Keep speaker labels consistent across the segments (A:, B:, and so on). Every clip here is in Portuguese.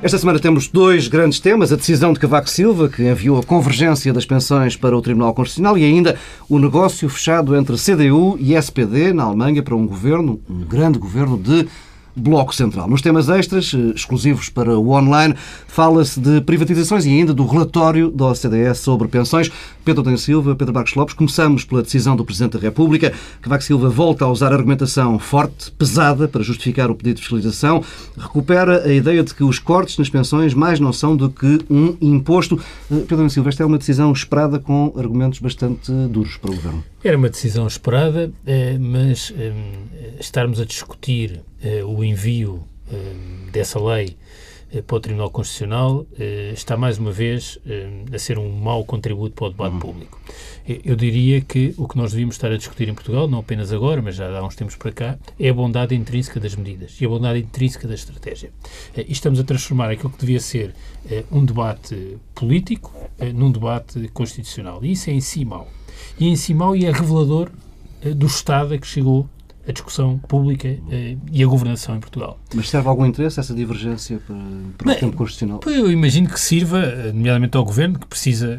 A: Esta semana temos dois grandes temas: a decisão de Cavaco Silva, que enviou a convergência das pensões para o Tribunal Constitucional, e ainda o negócio fechado entre CDU e SPD na Alemanha para um grande governo de Bloco Central. Nos temas extras, exclusivos para o online, fala-se de privatizações e ainda do relatório da OCDE sobre pensões. Pedro Adão Silva, Pedro Marcos Lopes, começamos pela decisão do Presidente da República. Cavaco Silva volta a usar argumentação forte, pesada, para justificar o pedido de fiscalização. Recupera a ideia de que os cortes nas pensões mais não são do que um imposto. Pedro Adão Silva, esta é uma decisão esperada com argumentos bastante duros para o Governo.
B: Era uma decisão esperada, mas estarmos a discutir o envio dessa lei para o Tribunal Constitucional está mais uma vez a ser um mau contributo para o debate público. Eu diria que o que nós devíamos estar a discutir em Portugal, não apenas agora, mas já há uns tempos para cá, é a bondade intrínseca das medidas e a bondade intrínseca da estratégia. E estamos a transformar aquilo que devia ser um debate político num debate constitucional. E isso é em si mau. E em si mau e é revelador do estado a que chegou a discussão pública e a governação em Portugal.
A: Mas serve algum interesse essa divergência para o tempo constitucional?
B: Eu imagino que sirva, nomeadamente ao Governo, que precisa,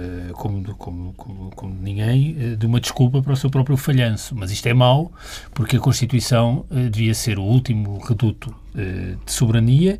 B: como ninguém, de uma desculpa para o seu próprio falhanço. Mas isto é mau, porque a Constituição devia ser o último reduto de soberania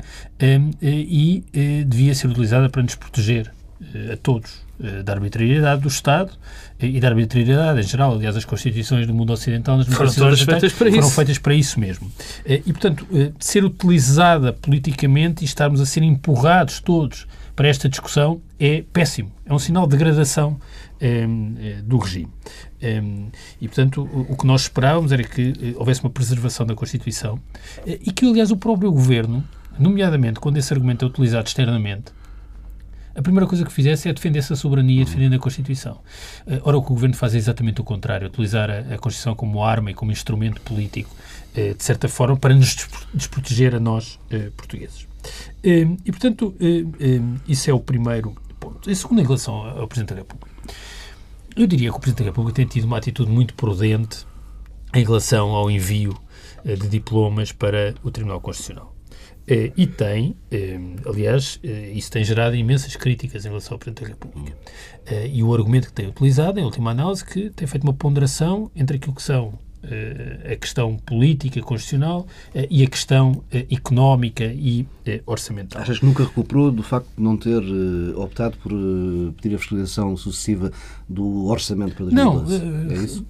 B: e devia ser utilizada para nos proteger a todos da arbitrariedade do Estado e da arbitrariedade em geral. Aliás, as constituições do mundo ocidental nas
C: foram
B: feitas para isso mesmo. E, portanto, ser utilizada politicamente e estarmos a ser empurrados todos para esta discussão é péssimo. É um sinal de degradação do regime. E, portanto, o que nós esperávamos era que houvesse uma preservação da Constituição e que, aliás, o próprio Governo, nomeadamente quando esse argumento é utilizado externamente, a primeira coisa que fizesse é defender-se a soberania, defendendo a Constituição. Ora, o que o Governo faz é exatamente o contrário, utilizar a Constituição como arma e como instrumento político, de certa forma, para nos desproteger a nós, portugueses. E, portanto, isso é o primeiro ponto. E segundo, em relação ao Presidente da República, eu diria que o Presidente da República tem tido uma atitude muito prudente em relação ao envio de diplomas para o Tribunal Constitucional. E tem, aliás, isso tem gerado imensas críticas em relação ao Presidente da República. E o argumento que tem utilizado, em última análise, que tem feito uma ponderação entre aquilo que são a questão política, constitucional e a questão económica e orçamental.
A: Achas que nunca recuperou do facto de não ter optado por pedir a fiscalização sucessiva do orçamento para 2012? Não. É isso?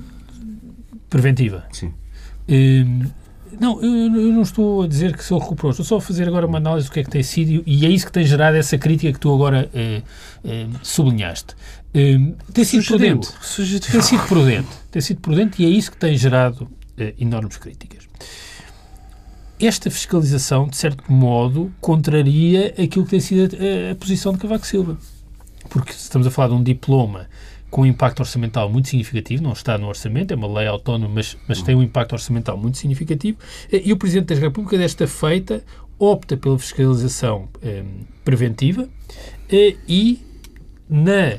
B: Preventiva.
A: Sim.
B: Não, eu não estou a dizer que se ele recuperou, estou só a fazer agora uma análise do que é que tem sido e é isso que tem gerado essa crítica que tu agora sublinhaste. Tem sido prudente. Tem sido prudente e é isso que tem gerado enormes críticas. Esta fiscalização, de certo modo, contraria aquilo que tem sido a posição de Cavaco Silva. Porque estamos a falar de um diploma com um impacto orçamental muito significativo, não está no orçamento, é uma lei autónoma, mas tem um impacto orçamental muito significativo, e o Presidente da República, desta feita, opta pela fiscalização preventiva e na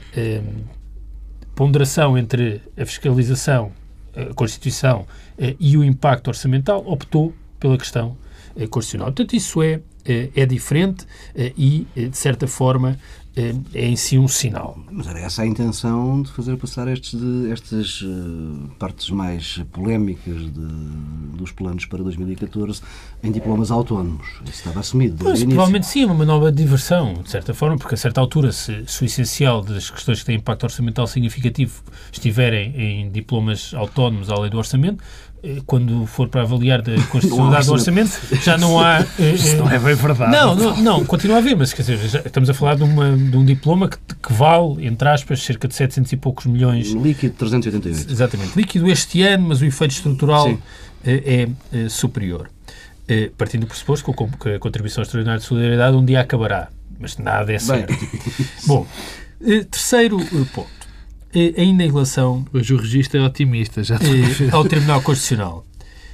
B: ponderação entre a fiscalização, a Constituição e o impacto orçamental, optou pela questão constitucional. Portanto, isso é diferente e, de certa forma, é em si um sinal.
A: Mas era essa a intenção de fazer passar estas partes mais polémicas dos planos para 2014 em diplomas autónomos. Isso estava assumido desde o início.
B: Provavelmente sim, é uma nova diversão, de certa forma, porque a certa altura, se o essencial das questões que têm impacto orçamental significativo estiverem em diplomas autónomos à lei do orçamento, quando for para avaliar da constitucionalidade do orçamento, já não há...
A: Isso não é bem verdade.
B: Não, continua a haver, mas quer dizer, já estamos a falar de um diploma que vale, entre aspas, cerca de 700 e poucos milhões.
A: Líquido 388.
B: Exatamente. Líquido este ano, mas o efeito estrutural é superior. Partindo do pressuposto que a contribuição extraordinária de solidariedade um dia acabará. Mas nada é certo. Bom, terceiro ponto. Ainda em relação...
C: Hoje o registro é otimista, já
B: ao Tribunal Constitucional.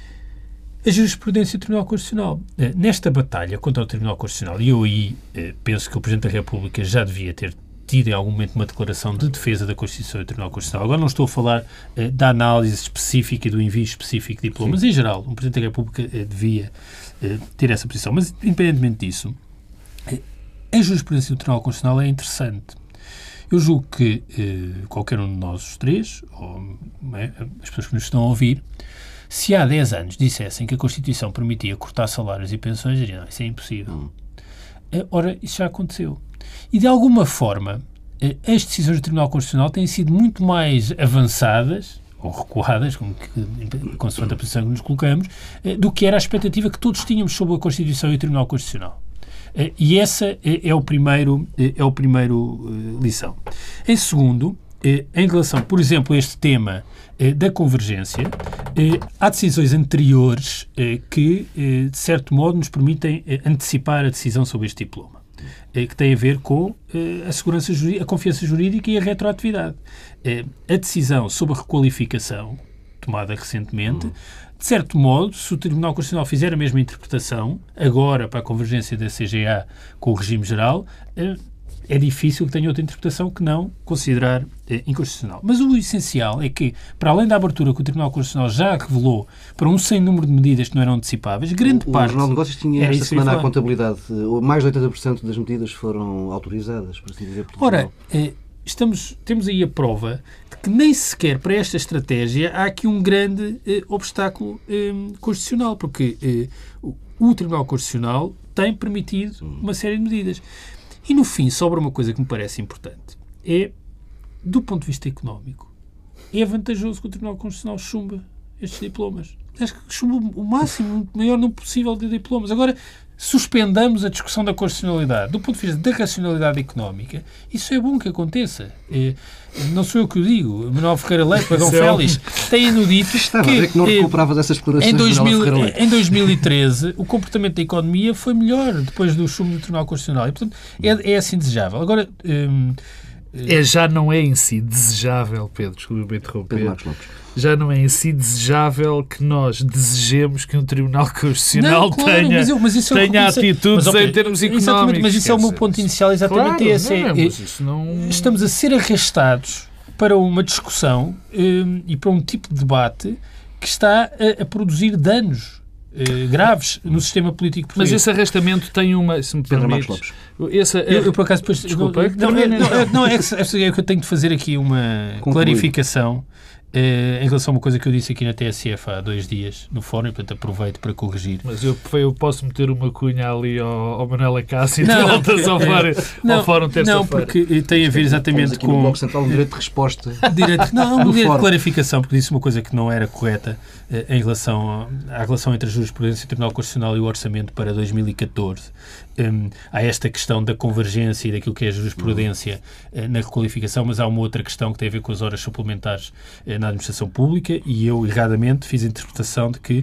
B: A jurisprudência do Tribunal Constitucional. Nesta batalha contra o Tribunal Constitucional, e eu aí penso que o Presidente da República já devia ter tido em algum momento uma declaração de defesa da Constituição e do Tribunal Constitucional. Agora não estou a falar da análise específica e do envio específico de diplomas. Em geral, o Presidente da República devia ter essa posição. Mas, independentemente disso, a jurisprudência do Tribunal Constitucional é interessante. Eu julgo que qualquer um de nós, os três, ou as pessoas que nos estão a ouvir, se há 10 anos dissessem que a Constituição permitia cortar salários e pensões, diriam, não, isso é impossível. Ora, isso já aconteceu. E, de alguma forma, as decisões do Tribunal Constitucional têm sido muito mais avançadas, ou recuadas, consoante a posição que nos colocamos, do que era a expectativa que todos tínhamos sobre a Constituição e o Tribunal Constitucional. E essa é o primeiro lição. Em segundo, em relação, por exemplo, a este tema da convergência, há decisões anteriores que, de certo modo, nos permitem antecipar a decisão sobre este diploma, que tem a ver com a segurança jurídica, a confiança jurídica e a retroatividade. A decisão sobre a requalificação, tomada recentemente, de certo modo, se o Tribunal Constitucional fizer a mesma interpretação, agora para a convergência da CGA com o regime geral, é difícil que tenha outra interpretação que não considerar inconstitucional. Mas o essencial é que, para além da abertura que o Tribunal Constitucional já revelou para um sem número de medidas que não eram antecipáveis, grande parte...
A: O Jornal de Negócios tinha esta semana a contabilidade. Mais de 80% das medidas foram autorizadas, por assim dizer, pelo
B: Ora, temos aí a prova de que nem sequer para esta estratégia há aqui um grande obstáculo constitucional, porque o Tribunal Constitucional tem permitido uma série de medidas. E, no fim, sobra uma coisa que me parece importante. Do ponto de vista económico, é vantajoso que o Tribunal Constitucional chumbe estes diplomas. Acho que chumbe o máximo, o maior número possível de diplomas. Agora, suspendamos a discussão da constitucionalidade. Do ponto de vista da racionalidade económica, isso é bom que aconteça. Não sou eu que o digo. Manuel Ferreira Leite, Dom Félix, têm-no dito
A: que não recuperava dessas declarações
B: em 2013 o comportamento da economia foi melhor depois do chumbo do Tribunal Constitucional. E, portanto, é assim desejável. Agora...
C: já não é em si desejável, Pedro, desculpe-me interromper, já não é em si desejável que nós desejemos que um Tribunal Constitucional tenha atitudes em termos económicos.
B: Mas isso é o meu ponto inicial, exatamente esse. Estamos a ser arrastados para uma discussão e para um tipo de debate que está a produzir danos graves no sistema político português.
C: Mas esse arrastamento tem uma... Se me permites,
B: eu por acaso depois... Desculpa. É que eu tenho de fazer aqui uma clarificação em relação a uma coisa que eu disse aqui na TSF há 2 dias no fórum, e portanto aproveito para corrigir.
C: Mas eu posso meter uma cunha ali ao Manuel Acácio e voltas ao fórum terça-feira.
B: Não, porque tem a ver exatamente com...
A: no Bloco Central, um direito de resposta.
B: Um direito de clarificação, porque disse uma coisa que não era correta em relação à relação entre a jurisprudência, o Tribunal Constitucional e o Orçamento para 2014. Há esta questão da convergência e daquilo que é a jurisprudência na requalificação, mas há uma outra questão que tem a ver com as horas suplementares na administração pública, e eu, erradamente, fiz a interpretação de que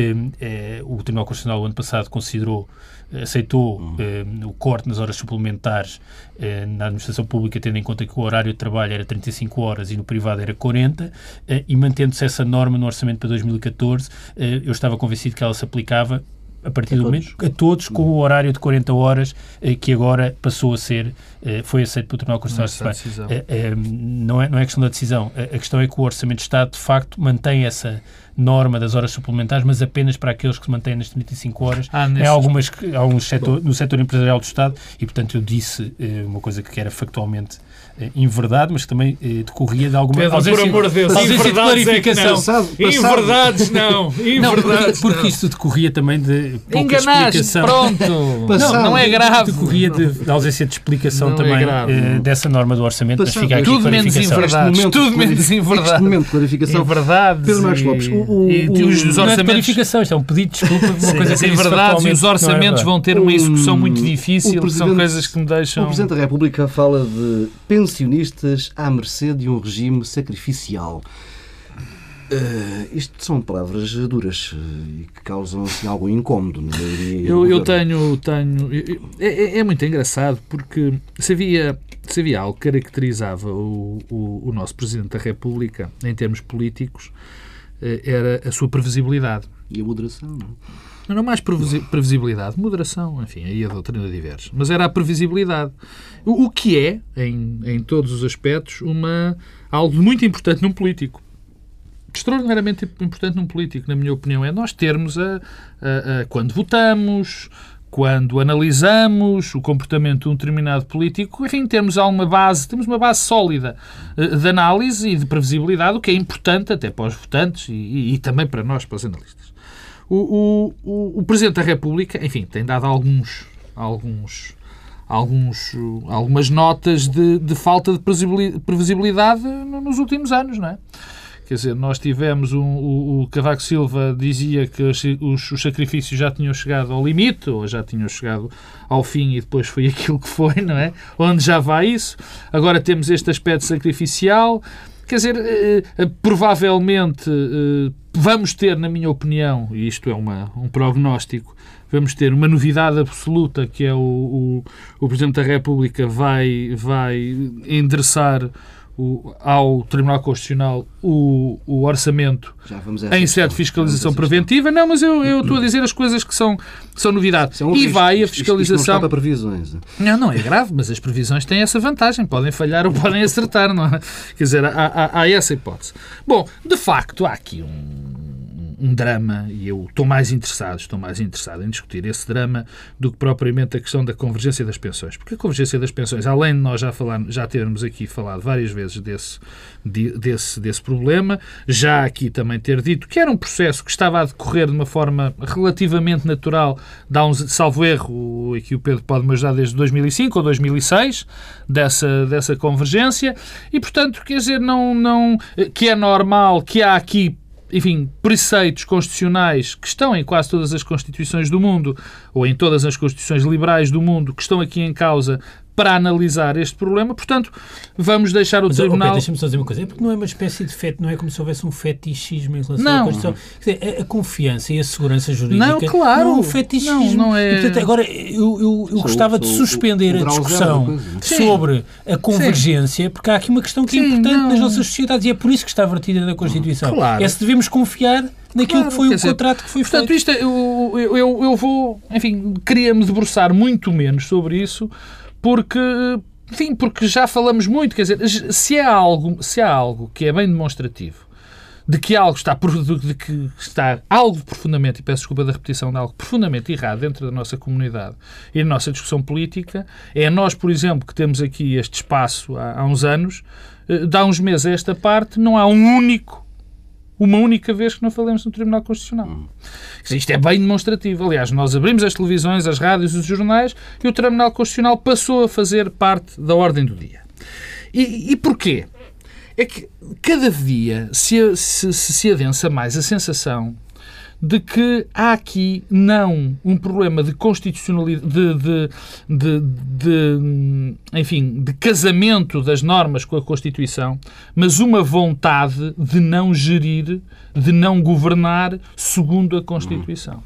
B: o Tribunal Constitucional, o ano passado, aceitou o corte nas horas suplementares na administração pública, tendo em conta que o horário de trabalho era 35 horas e no privado era 40, e mantendo-se essa norma no orçamento para 2014, eu estava convencido que ela se aplicava a partir do momento a todos, com o horário de 40 horas que agora passou a ser, foi aceito pelo Tribunal Constitucional. Não é questão da decisão. A questão é que o Orçamento de Estado, de facto, mantém essa norma das horas suplementares, mas apenas para aqueles que se mantêm nas 35 horas. No setor empresarial do Estado, e, portanto, eu disse uma coisa que era factualmente inverdade, mas que também decorria de alguma
C: ausência, por amor de Deus,
B: ausência de clarificação.
C: Inverdades não.
B: Porque isso decorria também de pouca
C: enganaste,
B: explicação.
C: Pronto. Não é grave.
B: Decorria de ausência de explicação não também dessa norma do orçamento, mas fica aqui
C: tudo menos inverdades. Tudo menos inverdades.
A: Neste momento de clarificação.
C: Inverdades.
A: Pedro Marcos Lopes.
B: Os orçamentos... Isto é um pedido de desculpa por uma coisa que
C: é verdade, e os orçamentos vão ter uma execução muito difícil, são coisas que me deixam...
A: O Presidente da República fala de pensionistas à mercê de um regime sacrificial. Isto são palavras duras e que causam assim, algum incómodo na maioria.
C: Eu tenho... É muito engraçado porque se havia algo que caracterizava o nosso Presidente da República em termos políticos, era a sua previsibilidade.
A: E a moderação, não?
C: Não era mais previsibilidade, moderação, enfim, aí a doutrina diverge. Mas era a previsibilidade. O que é, em todos os aspectos, algo muito importante num político. Extraordinariamente importante num político, na minha opinião, é nós termos quando votamos, quando analisamos o comportamento de um determinado político, enfim, temos uma base sólida de análise e de previsibilidade, o que é importante até para os votantes e também para nós, para os analistas. O Presidente da República, enfim, tem dado algumas notas de falta de previsibilidade nos últimos anos, não é? Quer dizer, nós tivemos o Cavaco Silva dizia que os sacrifícios já tinham chegado ao limite, ou já tinham chegado ao fim e depois foi aquilo que foi, não é? Onde já vai isso? Agora temos este aspecto sacrificial. Quer dizer, provavelmente vamos ter, na minha opinião, e isto é um prognóstico, vamos ter uma novidade absoluta, que é o Presidente da República vai endereçar ao Tribunal Constitucional o orçamento em sede de fiscalização preventiva. Não, mas eu estou a dizer as coisas que são novidade. E vai a fiscalização...
A: Isto não está para previsões.
C: Não é grave, mas as previsões têm essa vantagem. Podem falhar ou podem acertar, não é? Quer dizer, há essa hipótese. Bom, de facto, há aqui um drama, e eu estou mais interessado em discutir esse drama do que propriamente a questão da convergência das pensões. Porque a convergência das pensões, além de nós já termos aqui falado várias vezes desse problema, já aqui também ter dito que era um processo que estava a decorrer de uma forma relativamente natural, salvo erro, aqui o Pedro pode me ajudar, desde 2005 ou 2006, dessa convergência, e portanto, quer dizer, que é normal, que há aqui, enfim, preceitos constitucionais que estão em quase todas as constituições do mundo, ou em todas as constituições liberais do mundo, que estão aqui em causa para analisar este problema. Portanto, vamos deixar o Tribunal...
B: Deixa-me só dizer uma coisa. É porque não é uma espécie de não é como se houvesse um fetichismo em relação à Constituição. Quer dizer, a confiança e a segurança jurídica
C: não, claro,
B: não é um fetichismo.
C: Não é...
B: E, portanto, agora, eu gostava de suspender a discussão sobre a convergência, porque há aqui uma questão que é importante nas nossas sociedades e é por isso que está vertida na Constituição.
C: Claro.
B: É se devemos confiar naquilo que foi o contrato que foi feito.
C: Portanto, isto eu vou... Enfim, queria-me debruçar muito menos sobre isso, porque já falamos muito. Quer dizer, se há algo que é bem demonstrativo de que algo está algo profundamente, e peço desculpa da repetição, de algo profundamente errado dentro da nossa comunidade e da nossa discussão política, é nós, por exemplo, que temos aqui este espaço há uns anos, de há uns meses a esta parte, não há uma única vez que não falemos no Tribunal Constitucional. Isto é bem demonstrativo. Aliás, nós abrimos as televisões, as rádios, os jornais e o Tribunal Constitucional passou a fazer parte da ordem do dia. E porquê? É que cada dia se adensa mais a sensação de que há aqui não um problema de constitucionalidade, de casamento das normas com a Constituição, mas uma vontade de não gerir, de não governar segundo a Constituição.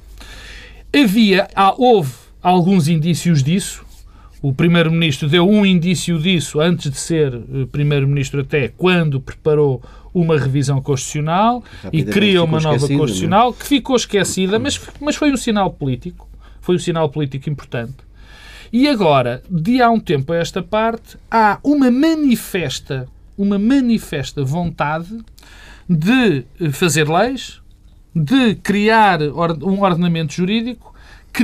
C: Houve alguns indícios disso. O Primeiro-Ministro deu um indício disso antes de ser Primeiro-Ministro, até quando preparou uma revisão constitucional e cria uma nova constitucional, que ficou esquecida, mas foi um sinal político. Foi um sinal político importante. E agora, de há um tempo a esta parte, há uma manifesta vontade de fazer leis, de criar um ordenamento jurídico que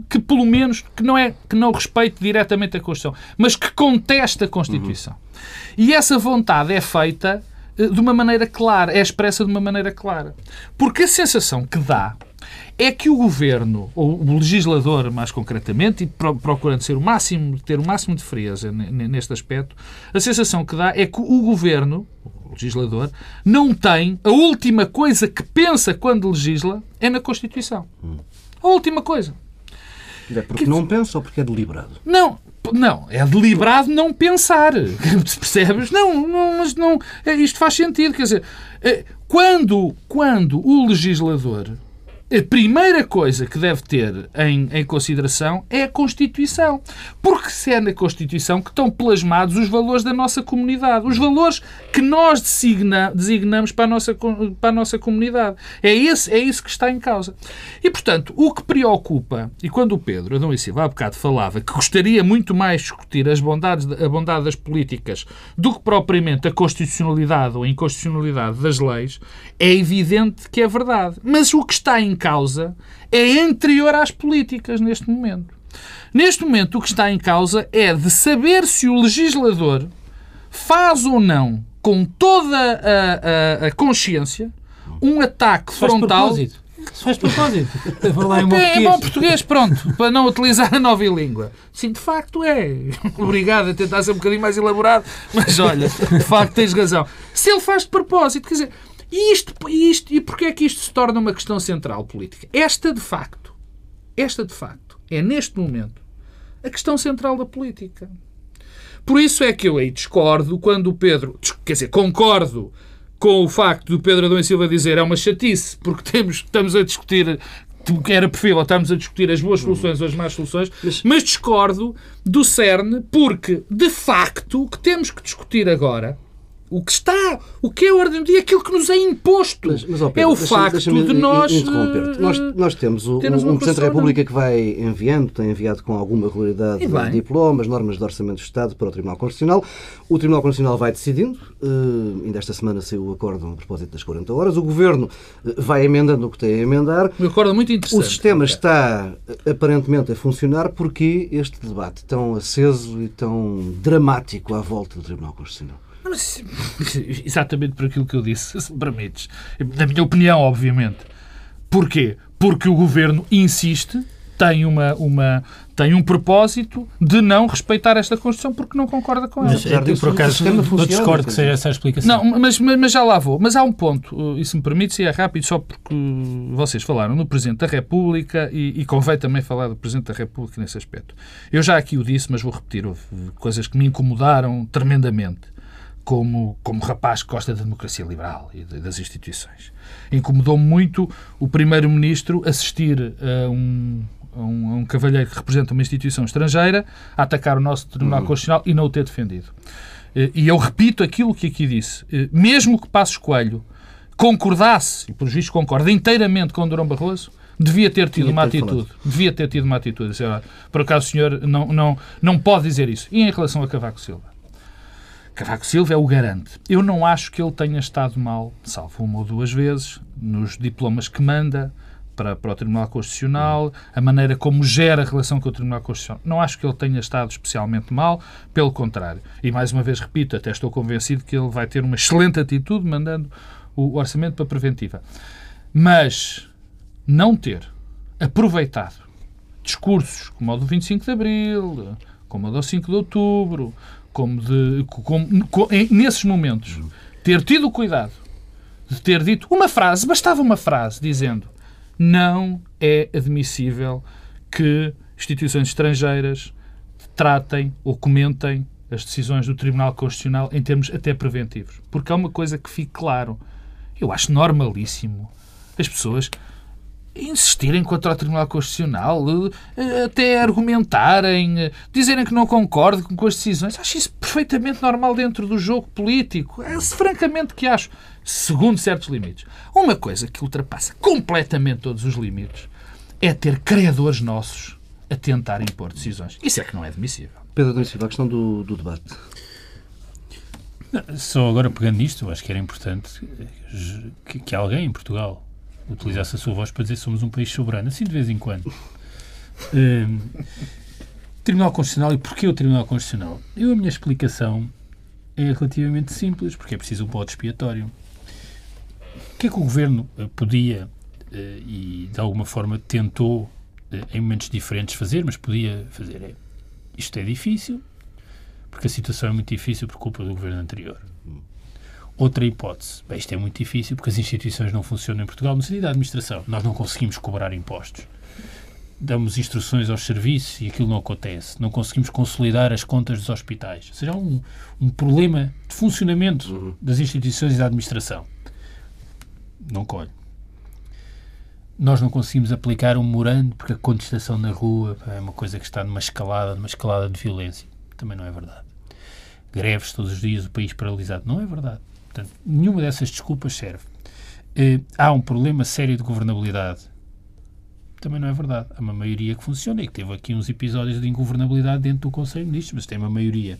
C: não respeite diretamente a Constituição, mas que conteste a Constituição. E essa vontade é feita de uma maneira clara, é expressa de uma maneira clara. Porque a sensação que dá é que o Governo, ou o legislador mais concretamente, e procurando ter o máximo de frieza neste aspecto, a sensação que dá é que o Governo, o legislador, não tem, a última coisa que pensa quando legisla é na Constituição. A última coisa.
A: É porque não pensa ou porque é deliberado?
C: Não, é deliberado não pensar. Percebes? Mas isto faz sentido. Quer dizer, quando o legislador, a primeira coisa que deve ter em consideração é a Constituição. Porque se é na Constituição que estão plasmados os valores da nossa comunidade. Os valores que nós designamos para a nossa comunidade. É isso que está em causa. E, portanto, o que preocupa, e quando o Pedro Adão e Silva há bocado falava que gostaria muito mais de discutir a bondade das políticas do que propriamente a constitucionalidade ou a inconstitucionalidade das leis, é evidente que é verdade. Mas o que está em causa é anterior às políticas neste momento. Neste momento, o que está em causa é de saber se o legislador faz ou não, com toda a consciência, um ataque frontal...
B: Se faz propósito.
C: É bom português, pronto, para não utilizar a nova língua. Sim, de facto é. Obrigado a tentar ser um bocadinho mais elaborado, mas olha, de facto tens razão. Se ele faz de propósito, quer dizer, e porquê é que isto se torna uma questão central política? Esta, de facto, é neste momento a questão central da política. Por isso é que eu aí discordo quando o Pedro, quer dizer, concordo com o facto do Pedro Adão e Silva dizer é uma chatice, porque estamos a discutir, que era preferível, estamos a discutir as boas soluções ou as más soluções, mas discordo do cerne, porque, de facto, o que temos que discutir agora, o que é a ordem do dia, aquilo que nos é imposto, Pedro, é o facto de nós...
A: Nós temos um Presidente da República que tem enviado com alguma regularidade diplomas, normas de Orçamento do Estado para o Tribunal Constitucional. O Tribunal Constitucional vai decidindo. Ainda esta semana saiu o acordo a propósito das 40 horas. O Governo vai emendando o que tem a emendar.
C: Um acordo muito interessante.
A: O sistema está aparentemente a funcionar. Porquê este debate tão aceso e tão dramático à volta do Tribunal Constitucional?
C: Mas, exatamente por aquilo que eu disse, se me permites. Na minha opinião, obviamente. Porquê? Porque o Governo insiste, tem um propósito de não respeitar esta Constituição porque não concorda com ela.
B: Mas, por acaso, não discordo que seja essa a explicação.
C: Não, mas já lá vou. Mas há um ponto, e se me permite, se é rápido, só porque vocês falaram no Presidente da República e convém também falar do Presidente da República nesse aspecto. Eu já aqui o disse, mas vou repetir. Houve coisas que me incomodaram tremendamente. Como rapaz que gosta da democracia liberal e das instituições. Incomodou-me muito o Primeiro-Ministro assistir a um cavalheiro que representa uma instituição estrangeira a atacar o nosso Tribunal Constitucional e não o ter defendido. E eu repito aquilo que aqui disse. Mesmo que Passos Coelho concordasse, e por juízo concorda inteiramente com Durão Barroso, devia ter tido uma atitude. Devia ter tido uma atitude. Por acaso o senhor não pode dizer isso. E em relação a Cavaco Silva? Cavaco Silva é o garante. Eu não acho que ele tenha estado mal, salvo uma ou duas vezes, nos diplomas que manda para o Tribunal Constitucional, a maneira como gera a relação com o Tribunal Constitucional. Não acho que ele tenha estado especialmente mal, pelo contrário. E mais uma vez repito, até estou convencido que ele vai ter uma excelente atitude mandando o orçamento para a preventiva. Mas não ter aproveitado discursos como o do 25 de Abril, como o do 5 de Outubro, nesses momentos, ter tido o cuidado de ter dito uma frase, bastava uma frase, dizendo não é admissível que instituições estrangeiras tratem ou comentem as decisões do Tribunal Constitucional em termos até preventivos. Porque há uma coisa que fique claro. Eu acho normalíssimo as pessoas insistirem contra o Tribunal Constitucional, até argumentarem, dizerem que não concordam com as decisões. Acho isso perfeitamente normal dentro do jogo político. É francamente que acho, segundo certos limites. Uma coisa que ultrapassa completamente todos os limites é ter criadores nossos a tentar impor decisões. Isso é que não é admissível.
A: Pedro Adão e Silva, a questão do debate.
B: Só agora pegando nisto, acho que era importante que alguém em Portugal utilizasse a sua voz para dizer que somos um país soberano, assim de vez em quando. Tribunal Constitucional e porquê o Tribunal Constitucional? A minha explicação é relativamente simples, porque é preciso um bode expiatório. O que é que o Governo podia e de alguma forma tentou em momentos diferentes fazer, mas podia fazer? Isto é difícil, porque a situação é muito difícil por culpa do Governo anterior. Outra hipótese. Isto é muito difícil porque as instituições não funcionam em Portugal no sentido da administração. Nós não conseguimos cobrar impostos. Damos instruções aos serviços e aquilo não acontece. Não conseguimos consolidar as contas dos hospitais. Ou seja, há um problema de funcionamento das instituições e da administração. Não colhe. Nós não conseguimos aplicar um memorando porque a contestação na rua é uma coisa que está numa escalada de violência. Também não é verdade. Greves todos os dias, o país paralisado. Não é verdade. Portanto, nenhuma dessas desculpas serve. Há um problema sério de governabilidade. Também não é verdade. Há uma maioria que funciona e que teve aqui uns episódios de ingovernabilidade dentro do Conselho de Ministros, mas tem uma maioria.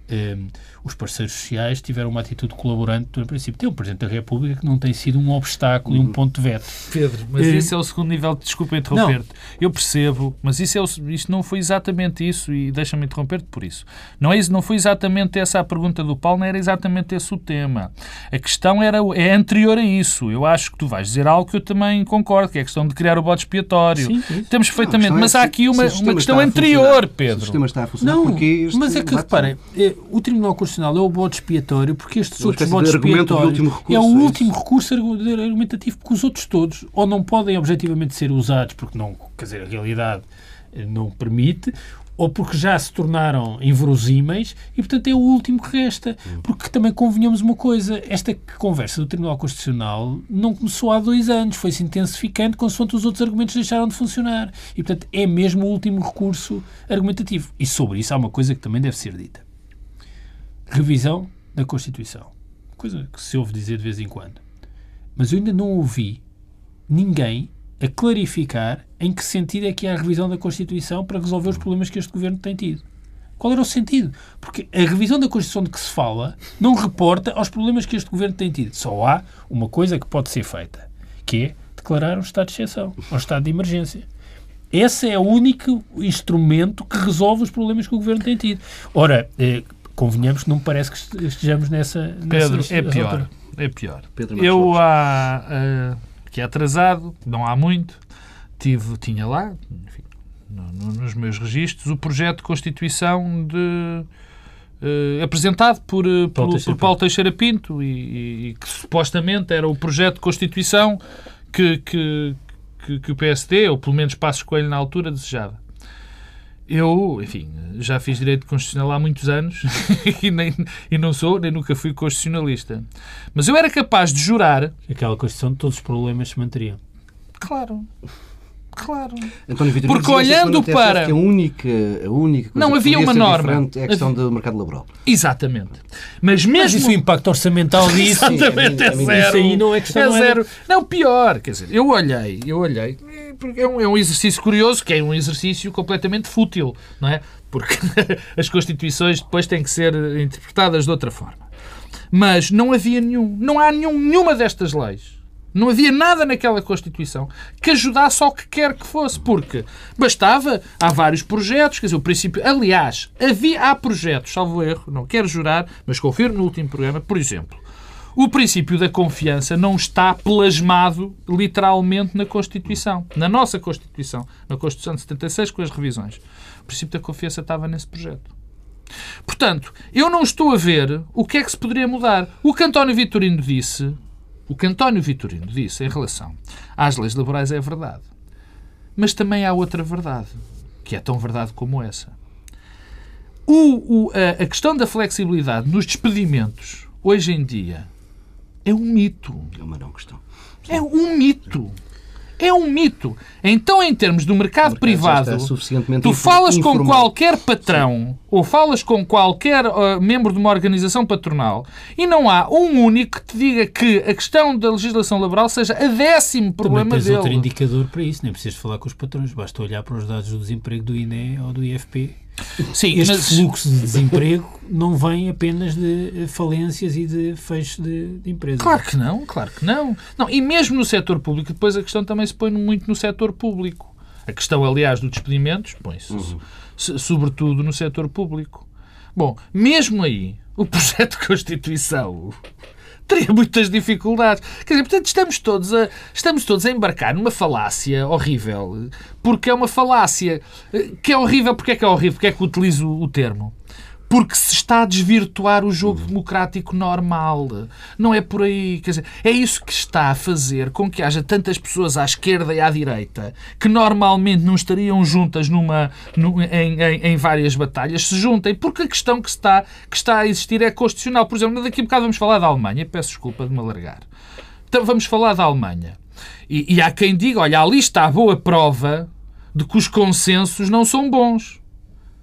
B: os parceiros sociais tiveram uma atitude colaborante no princípio. Tem o Presidente da República que não tem sido um obstáculo e um ponto de veto.
C: Pedro, mas isso é o segundo nível de... Desculpa interromper-te. Eu percebo, mas isto não foi exatamente isso e deixa-me interromper-te por isso. Não foi exatamente essa a pergunta do Paulo, não era exatamente esse o tema. A questão é anterior a isso. Eu acho que tu vais dizer algo que eu também concordo, que é a questão de criar o bode expiatório. Sim. Temos perfeitamente, mas há aqui uma questão anterior, Pedro. O
A: sistema está a funcionar porque...
B: Mas é que, reparem, o Tribunal Constitucional é o bode expiatório porque estes outros bodes expiatórios é o último recurso argumentativo, porque os outros todos ou não podem objetivamente ser usados porque não, quer dizer, a realidade não permite, ou porque já se tornaram inverosímeis e, portanto, é o último que resta. Porque também convenhamos uma coisa, esta conversa do Tribunal Constitucional não começou há 2 anos, foi-se intensificando consoante os outros argumentos deixaram de funcionar. E, portanto, é mesmo o último recurso argumentativo. E sobre isso há uma coisa que também deve ser dita. Revisão da Constituição. Coisa que se ouve dizer de vez em quando. Mas eu ainda não ouvi ninguém a clarificar em que sentido é que há a revisão da Constituição para resolver os problemas que este Governo tem tido. Qual era o sentido? Porque a revisão da Constituição de que se fala não reporta aos problemas que este Governo tem tido. Só há uma coisa que pode ser feita, que é declarar um estado de exceção, um estado de emergência. Esse é o único instrumento que resolve os problemas que o Governo tem tido. Ora, convenhamos que não me parece que estejamos nessa...
C: Pedro, é pior. É pior. Eu que é atrasado, não há muito, tinha lá, enfim, nos meus registros, o projeto de Constituição apresentado por Paulo Teixeira Pinto e que supostamente era o projeto de Constituição que o PSD, ou pelo menos Passos Coelho na altura, desejava. Eu, enfim, já fiz direito constitucional há muitos anos e não sou, nem nunca fui constitucionalista. Mas eu era capaz de jurar...
B: Aquela Constituição de todos os problemas se manteriam.
C: Claro.
A: António Vitorino,
C: porque olhando para...
A: Que a única coisa
C: não havia uma norma
A: é a questão do mercado laboral.
C: Exatamente. Mas mesmo
B: o impacto orçamental disso...
C: Exatamente, é zero.
B: Isso aí não é questão...
C: É zero. Não, pior. Quer dizer, eu olhei... Porque é um exercício curioso, que é um exercício completamente fútil, não é? Porque as Constituições depois têm que ser interpretadas de outra forma. Mas não havia não há nenhuma destas leis. Não havia nada naquela Constituição que ajudasse ao que quer que fosse, porque bastava, há vários projetos, quer dizer, o princípio... Aliás, há projetos, salvo erro, não quero jurar, mas confirmo no último programa, por exemplo, o princípio da confiança não está plasmado literalmente na Constituição, na nossa Constituição, na Constituição de 76 com as revisões. O princípio da confiança estava nesse projeto. Portanto, eu não estou a ver o que é que se poderia mudar. O que António Vitorino disse em relação às leis laborais é verdade. Mas também há outra verdade, que é tão verdade como essa. A questão da flexibilidade nos despedimentos, hoje em dia, é um mito.
A: É uma não questão.
C: É um mito. É um mito. Então, em termos do mercado privado, tu falas com qualquer patrão ou falas com qualquer membro de uma organização patronal e não há um único que te diga que a questão da legislação laboral seja a 10º problema dele.
B: Também tens outro indicador para isso. Nem precisas falar com os patrões. Basta olhar para os dados do desemprego do INE ou do IFP.
C: Sim,
B: este fluxo de desemprego não vem apenas de falências e de fecho de empresas.
C: Claro que não. Não, e mesmo no setor público, depois a questão também se põe muito no setor público. A questão, aliás, dos despedimentos põe-se sobretudo no setor público. Bom, mesmo aí, o projeto de Constituição teria muitas dificuldades. Quer dizer, portanto, estamos todos a embarcar numa falácia horrível. Porque é uma falácia que é horrível. Porquê é que é horrível? Porquê é que utilizo o termo? Porque se está a desvirtuar o jogo democrático normal. Não é por aí. Quer dizer, é isso que está a fazer com que haja tantas pessoas à esquerda e à direita que normalmente não estariam juntas em várias batalhas, se juntem, porque a questão que está a existir é constitucional. Por exemplo, daqui a bocado vamos falar da Alemanha. Peço desculpa de me alargar. Então vamos falar da Alemanha. E há quem diga, olha, ali está a boa prova de que os consensos não são bons.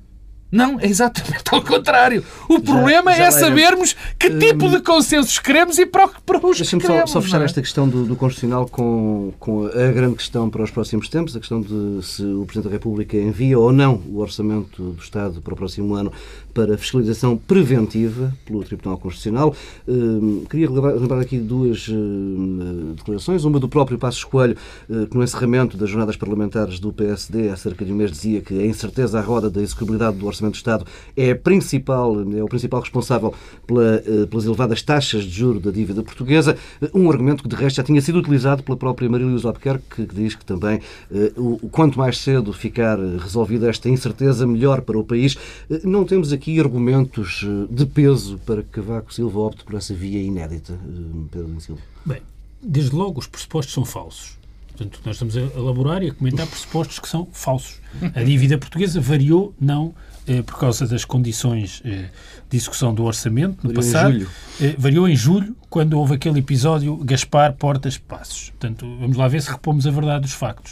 C: Não, é exatamente ao contrário. O problema é sabermos que tipo de consensos queremos e para os que queremos.
A: Deixa-me só fechar esta questão do Constitucional com a grande questão para os próximos tempos, a questão de se o Presidente da República envia ou não o Orçamento do Estado para o próximo ano para fiscalização preventiva pelo Tribunal Constitucional. Queria lembrar aqui duas declarações. Uma do próprio Passos Coelho, que no encerramento das jornadas parlamentares do PSD há cerca de um mês dizia que a incerteza à roda da execuibilidade do Orçamento do Estado é o principal responsável pelas elevadas taxas de juros da dívida portuguesa. Um argumento que, de resto, já tinha sido utilizado pela própria Marília Luísa Albuquerque, que diz que também quanto mais cedo ficar resolvida esta incerteza, melhor para o país. Não temos aqui argumentos de peso para que Cavaco Silva opte por essa via inédita, Pedro Silva?
B: Bem, desde logo os pressupostos são falsos. Portanto, nós estamos a elaborar e a comentar pressupostos que são falsos. A dívida portuguesa variou, não por causa das condições de execução do orçamento no passado. Variou em julho, quando houve aquele episódio Gaspar, Portas, Passos. Portanto, vamos lá ver se repomos a verdade dos factos.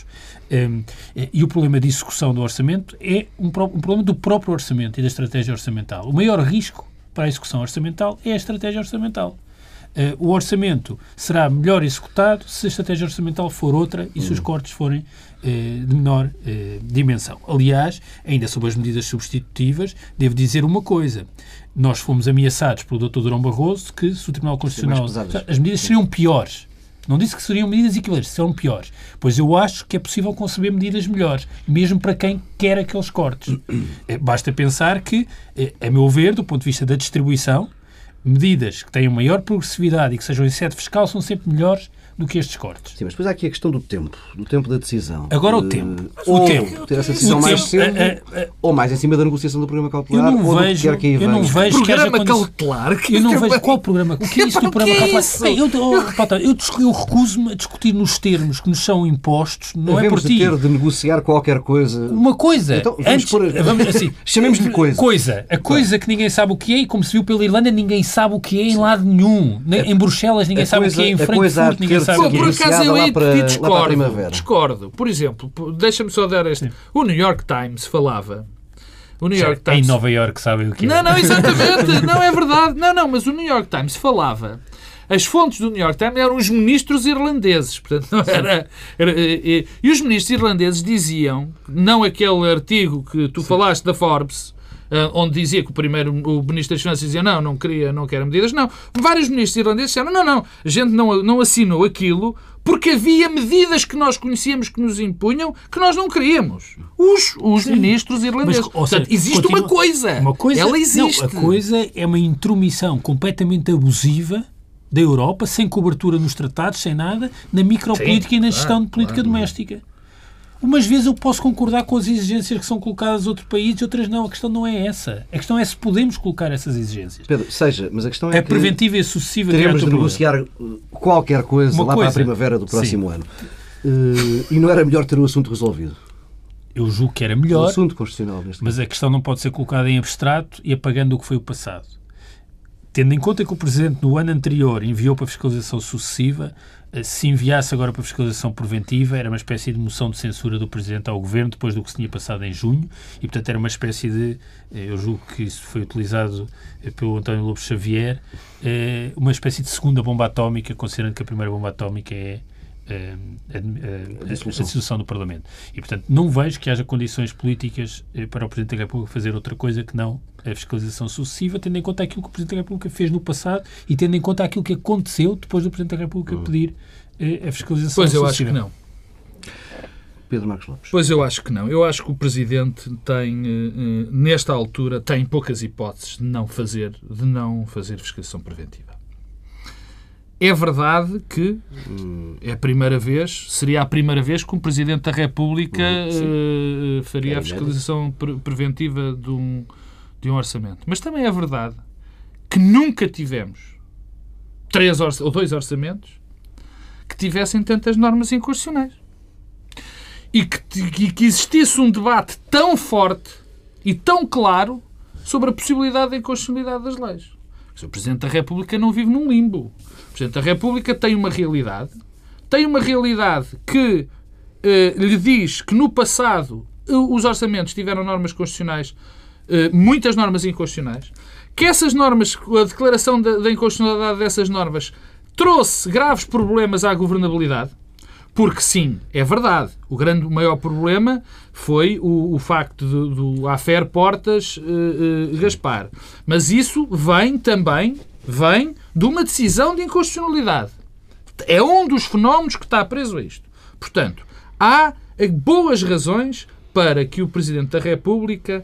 B: E o problema de execução do orçamento é um problema do próprio orçamento e da estratégia orçamental. O maior risco para a execução orçamental é a estratégia orçamental. O orçamento será melhor executado se a estratégia orçamental for outra e se os cortes forem de menor dimensão. Aliás, ainda sobre as medidas substitutivas, devo dizer uma coisa. Nós fomos ameaçados pelo Dr. Durão Barroso que se o Tribunal Constitucional... As medidas seriam piores. Não disse que seriam medidas equivalentes, serão piores. Pois eu acho que é possível conceber medidas melhores, mesmo para quem quer aqueles cortes. Basta pensar que, a meu ver, do ponto de vista da distribuição, medidas que tenham maior progressividade e que sejam em sede fiscal são sempre melhores do que estes cortes.
A: Sim, mas depois há aqui a questão do tempo da decisão.
B: Agora o tempo.
A: Ou ter essa decisão mais cedo, ou mais em cima da negociação do programa cautelar,
B: eu não vejo que haja
C: cautelar.
B: Eu não vejo qual programa. O que é isso do programa cautelar? Eu recuso-me a discutir nos termos que nos são impostos. Não é por ti.
A: Ter de negociar qualquer coisa.
B: Uma coisa.
A: Então, chamemos-lhe coisa.
B: A coisa que ninguém sabe o que é, e como se viu pela Irlanda, ninguém sabe o que é em lado nenhum. Em Bruxelas ninguém sabe o que é, em Frankfurt ninguém sabe.
C: Por acaso eu aí discordo. Por exemplo, deixa-me só dar este. O New York Times falava. O New York Times...
B: Em Nova Iorque sabem o que é.
C: Não, exatamente. Não, é verdade. Não, mas o New York Times falava. As fontes do New York Times eram os ministros irlandeses. Portanto, não e os ministros irlandeses diziam, não aquele artigo que tu falaste da Forbes, onde dizia que o Ministro das Finanças dizia não quero medidas. Não, vários ministros irlandeses disseram não, a gente não assinou aquilo porque havia medidas que nós conhecíamos que nos impunham que nós não queríamos. Os ministros irlandeses. Mas, portanto, existe uma coisa. Ela existe.
B: Não, a coisa é uma intromissão completamente abusiva da Europa, sem cobertura nos tratados, sem nada, na micropolítica e na gestão de política doméstica. Umas vezes eu posso concordar com as exigências que são colocadas a outros países, outras não. A questão não é essa. A questão é se podemos colocar essas exigências.
A: Pedro, mas a questão é que
B: preventiva e sucessiva.
A: Teremos de negociar qualquer coisa para a primavera do próximo ano. E não era melhor ter o assunto resolvido?
B: Eu julgo que era melhor.
A: O assunto constitucional.
B: Mas a questão não pode ser colocada em abstrato e apagando o que foi o passado. Tendo em conta que o Presidente no ano anterior enviou para fiscalização sucessiva, se enviasse agora para fiscalização preventiva, era uma espécie de moção de censura do Presidente ao Governo, depois do que se tinha passado em junho, e portanto era uma espécie de, eu julgo que isso foi utilizado pelo António Lobo Xavier, uma espécie de segunda bomba atómica, considerando que a primeira bomba atómica é a dissolução do Parlamento. E, portanto, não vejo que haja condições políticas para o Presidente da República fazer outra coisa que não a fiscalização sucessiva, tendo em conta aquilo que o Presidente da República fez no passado e tendo em conta aquilo que aconteceu depois do Presidente da República pedir a fiscalização sucessiva.
C: Pois eu acho que não.
A: Pedro Marcos Lopes.
C: Pois eu acho que não. Eu acho que o Presidente tem, nesta altura, tem poucas hipóteses de não fazer fiscalização preventiva. É verdade que seria a primeira vez que um Presidente da República faria a fiscalização preventiva de um orçamento. Mas também é verdade que nunca tivemos 3 ou 2 orçamentos que tivessem tantas normas inconstitucionais. E que existisse um debate tão forte e tão claro sobre a possibilidade da inconstitucionalidade das leis. O Presidente da República não vive num limbo. O Presidente da República tem uma realidade que lhe diz que no passado os orçamentos tiveram normas constitucionais muitas normas inconstitucionais, que essas normas, a declaração da inconstitucionalidade dessas normas trouxe graves problemas à governabilidade, porque sim, é verdade, o maior problema foi o facto do affaire Portas-Gaspar. Mas isso vem de uma decisão de inconstitucionalidade. É um dos fenómenos que está preso a isto. Portanto, há boas razões para que o Presidente da República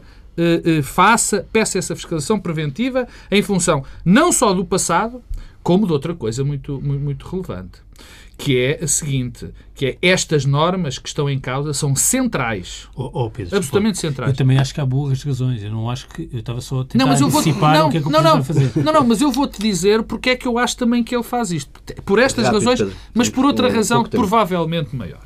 C: peça essa fiscalização preventiva em função não só do passado, como de outra coisa muito, muito relevante, que é a seguinte, que é estas normas que estão em causa são centrais.
B: Pedro,
C: absolutamente centrais.
B: Eu também acho que há boas razões. Eu não acho que... Eu estava só a tentar antecipar o que é que o Presidente vai fazer.
C: Não, mas eu vou-te dizer porque é que eu acho também que ele faz isto. Por estas razões, mas por outra razão provavelmente maior.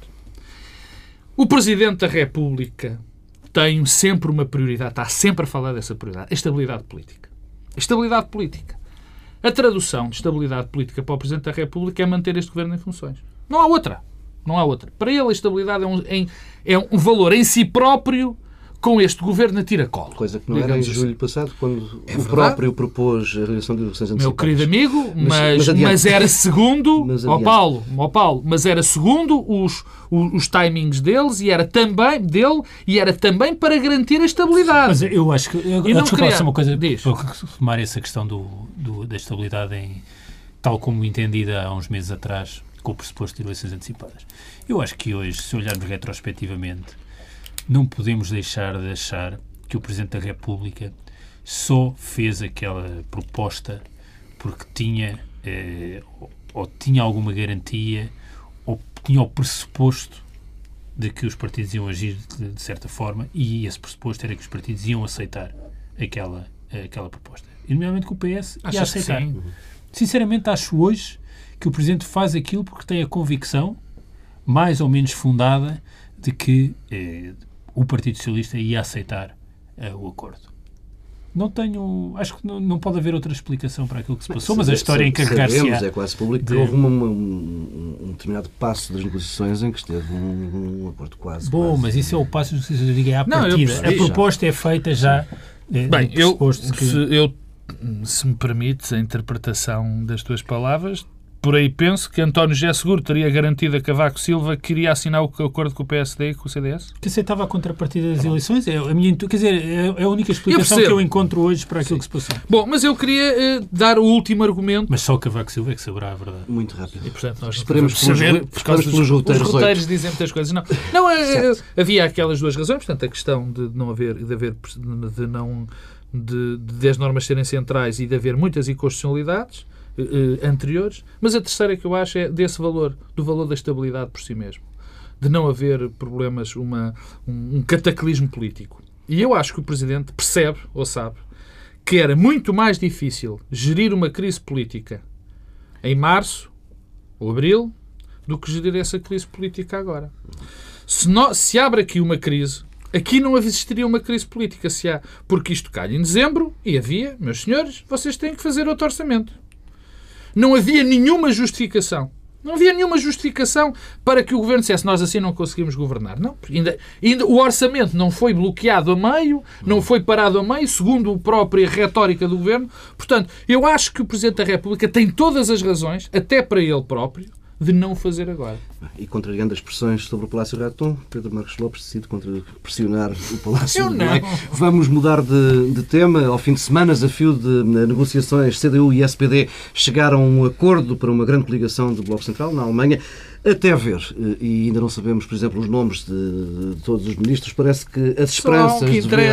C: O Presidente da República tem sempre uma prioridade, está sempre a falar dessa prioridade, a estabilidade política. A estabilidade política. A tradução de estabilidade política para o Presidente da República é manter este governo em funções. Não há outra. Não há outra. Para ele, a estabilidade é um valor em si próprio com este governo a tiracolo.
A: Coisa que não era em julho passado, quando o próprio propôs a realização de eleições antecipadas.
C: Meu querido amigo, mas era segundo... Paulo, mas era segundo os timings deles e era também para garantir a estabilidade.
B: Mas eu acho que... Desculpa, só uma coisa, para retomar essa questão da estabilidade tal como entendida há uns meses atrás, com o pressuposto de eleições antecipadas. Eu acho que hoje, se olharmos retrospectivamente, não podemos deixar de achar que o Presidente da República só fez aquela proposta porque tinha alguma garantia ou tinha o pressuposto de que os partidos iam agir de certa forma, e esse pressuposto era que os partidos iam aceitar aquela proposta. E, nomeadamente, que o PS ia aceitar. Sinceramente, acho hoje que o Presidente faz aquilo porque tem a convicção, mais ou menos fundada, de que o Partido Socialista ia aceitar o acordo. Acho que não pode haver outra explicação para aquilo que se passou, mas a história encarregar-se-á.
A: É quase público que houve um determinado passo das negociações em que esteve um acordo quase.
B: Mas isso é o passo das negociações, eu digo, é à partida. A proposta é feita já.
C: Bem, se me permites a interpretação das tuas palavras, por aí penso que António José Seguro teria garantido a Cavaco Silva que iria assinar o acordo com o PSD e com o CDS?
B: Que aceitava a contrapartida das eleições? É a única explicação que eu encontro hoje para aquilo que se passou.
C: Bom, mas eu queria dar o último argumento.
B: Mas só o Cavaco Silva é que saberá a verdade.
A: Muito rápido.
C: E, portanto, nós
A: esperemos pelos roteiros.
C: Os roteiros dizem muitas coisas. Não, havia aquelas duas razões, portanto, a questão de as normas serem centrais e de haver muitas inconstitucionalidades anteriores, mas a terceira que eu acho é do valor da estabilidade por si mesmo, de não haver problemas, um cataclismo político. E eu acho que o Presidente percebe, ou sabe, que era muito mais difícil gerir uma crise política em março ou abril do que gerir essa crise política agora. Se abre aqui uma crise, aqui não existiria uma crise política, porque isto calha em dezembro e havia, meus senhores, vocês têm que fazer outro orçamento. Não havia nenhuma justificação. Não havia nenhuma justificação para que o Governo dissesse nós assim não conseguimos governar. Não. Ainda o orçamento não foi bloqueado a meio, não foi parado a meio, segundo a própria retórica do Governo. Portanto, eu acho que o Presidente da República tem todas as razões, até para ele próprio, de não fazer agora.
A: E contrariando as pressões sobre o Palácio Raton, Pedro Marcos Lopes decide pressionar o Palácio.
C: Eu não.
A: Vamos mudar de tema. Ao fim de semana, a fio de negociações, CDU e SPD chegaram a um acordo para uma grande coligação do Bloco Central na Alemanha. Até ver, e ainda não sabemos, por exemplo, os nomes de todos os ministros, parece que as esperanças de ver...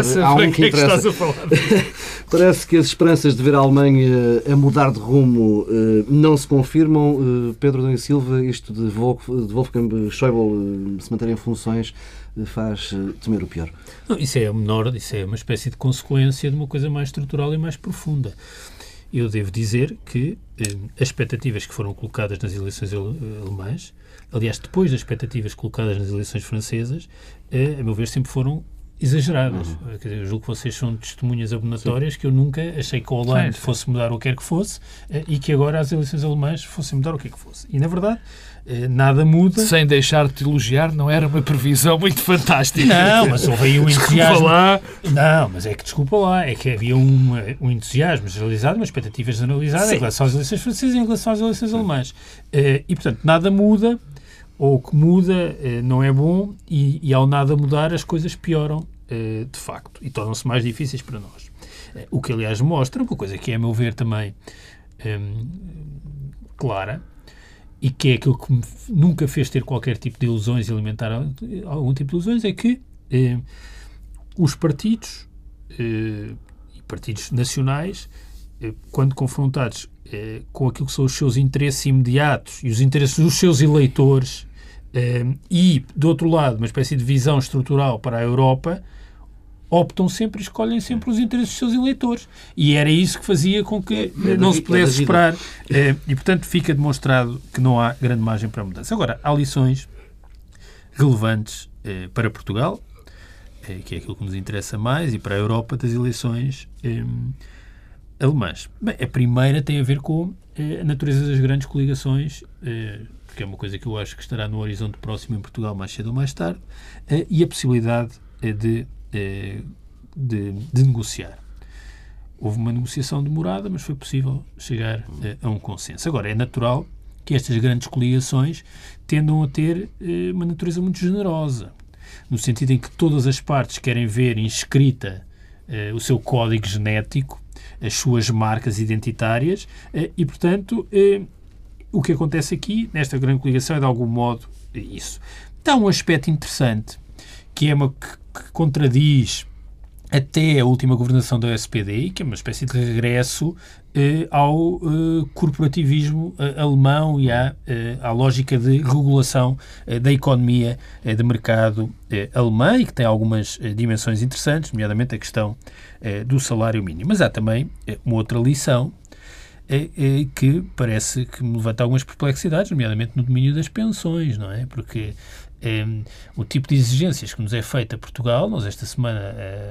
A: Parece que as esperanças de ver a Alemanha a mudar de rumo não se confirmam. Pedro Adão e Silva, isto de Wolfgang Schäuble se manter em funções faz temer o pior.
B: Não, isso é uma espécie de consequência de uma coisa mais estrutural e mais profunda. Eu devo dizer que as expectativas que foram colocadas nas eleições alemãs, aliás, depois das expectativas colocadas nas eleições francesas, a meu ver, sempre foram exageradas. Quer dizer, eu julgo que vocês são testemunhas abonatórias que eu nunca achei que a Holanda fosse mudar o que quer que fosse e que agora as eleições alemãs fossem mudar o que é que fosse. E, na verdade, nada muda.
C: Sem deixar de te elogiar, não era uma previsão muito fantástica.
B: Não, mas houve aí um entusiasmo. Não, mas é que, desculpa lá, é que havia um entusiasmo generalizado, uma expectativa generalizada em relação às eleições francesas e em relação às eleições alemãs. E, portanto, nada muda, ou o que muda não é bom, e ao nada mudar as coisas pioram, de facto, e tornam-se mais difíceis para nós. O que, aliás, mostra uma coisa que é, a meu ver, também clara, e que é aquilo que me nunca fez ter qualquer tipo de ilusões e alimentar algum tipo de ilusões, é que os partidos e partidos nacionais, quando confrontados com aquilo que são os seus interesses imediatos e os interesses dos seus eleitores e, do outro lado, uma espécie de visão estrutural para a Europa, optam sempre e escolhem sempre os interesses dos seus eleitores. E era isso que fazia com que não se pudesse esperar. E, portanto, fica demonstrado que não há grande margem para a mudança. Agora, há lições relevantes para Portugal, que é aquilo que nos interessa mais, e para a Europa das eleições alemãs. Bem, a primeira tem a ver com a natureza das grandes coligações, que é uma coisa que eu acho que estará no horizonte próximo em Portugal mais cedo ou mais tarde, e a possibilidade de negociar. Houve uma negociação demorada, mas foi possível chegar a um consenso. Agora, é natural que estas grandes coligações tendam a ter uma natureza muito generosa, no sentido em que todas as partes querem ver inscrita o seu código genético, as suas marcas identitárias, e, portanto, o que acontece aqui, nesta grande coligação, é, de algum modo, isso. Dá um aspecto interessante, que é que contradiz até a última governação da SPD, que é uma espécie de regresso ao corporativismo alemão e à lógica de regulação da economia de mercado alemã, e que tem algumas dimensões interessantes, nomeadamente a questão do salário mínimo. Mas há também uma outra lição que parece que me levanta algumas perplexidades, nomeadamente no domínio das pensões, não é? Porque o tipo de exigências que nos é feita a Portugal, nós esta semana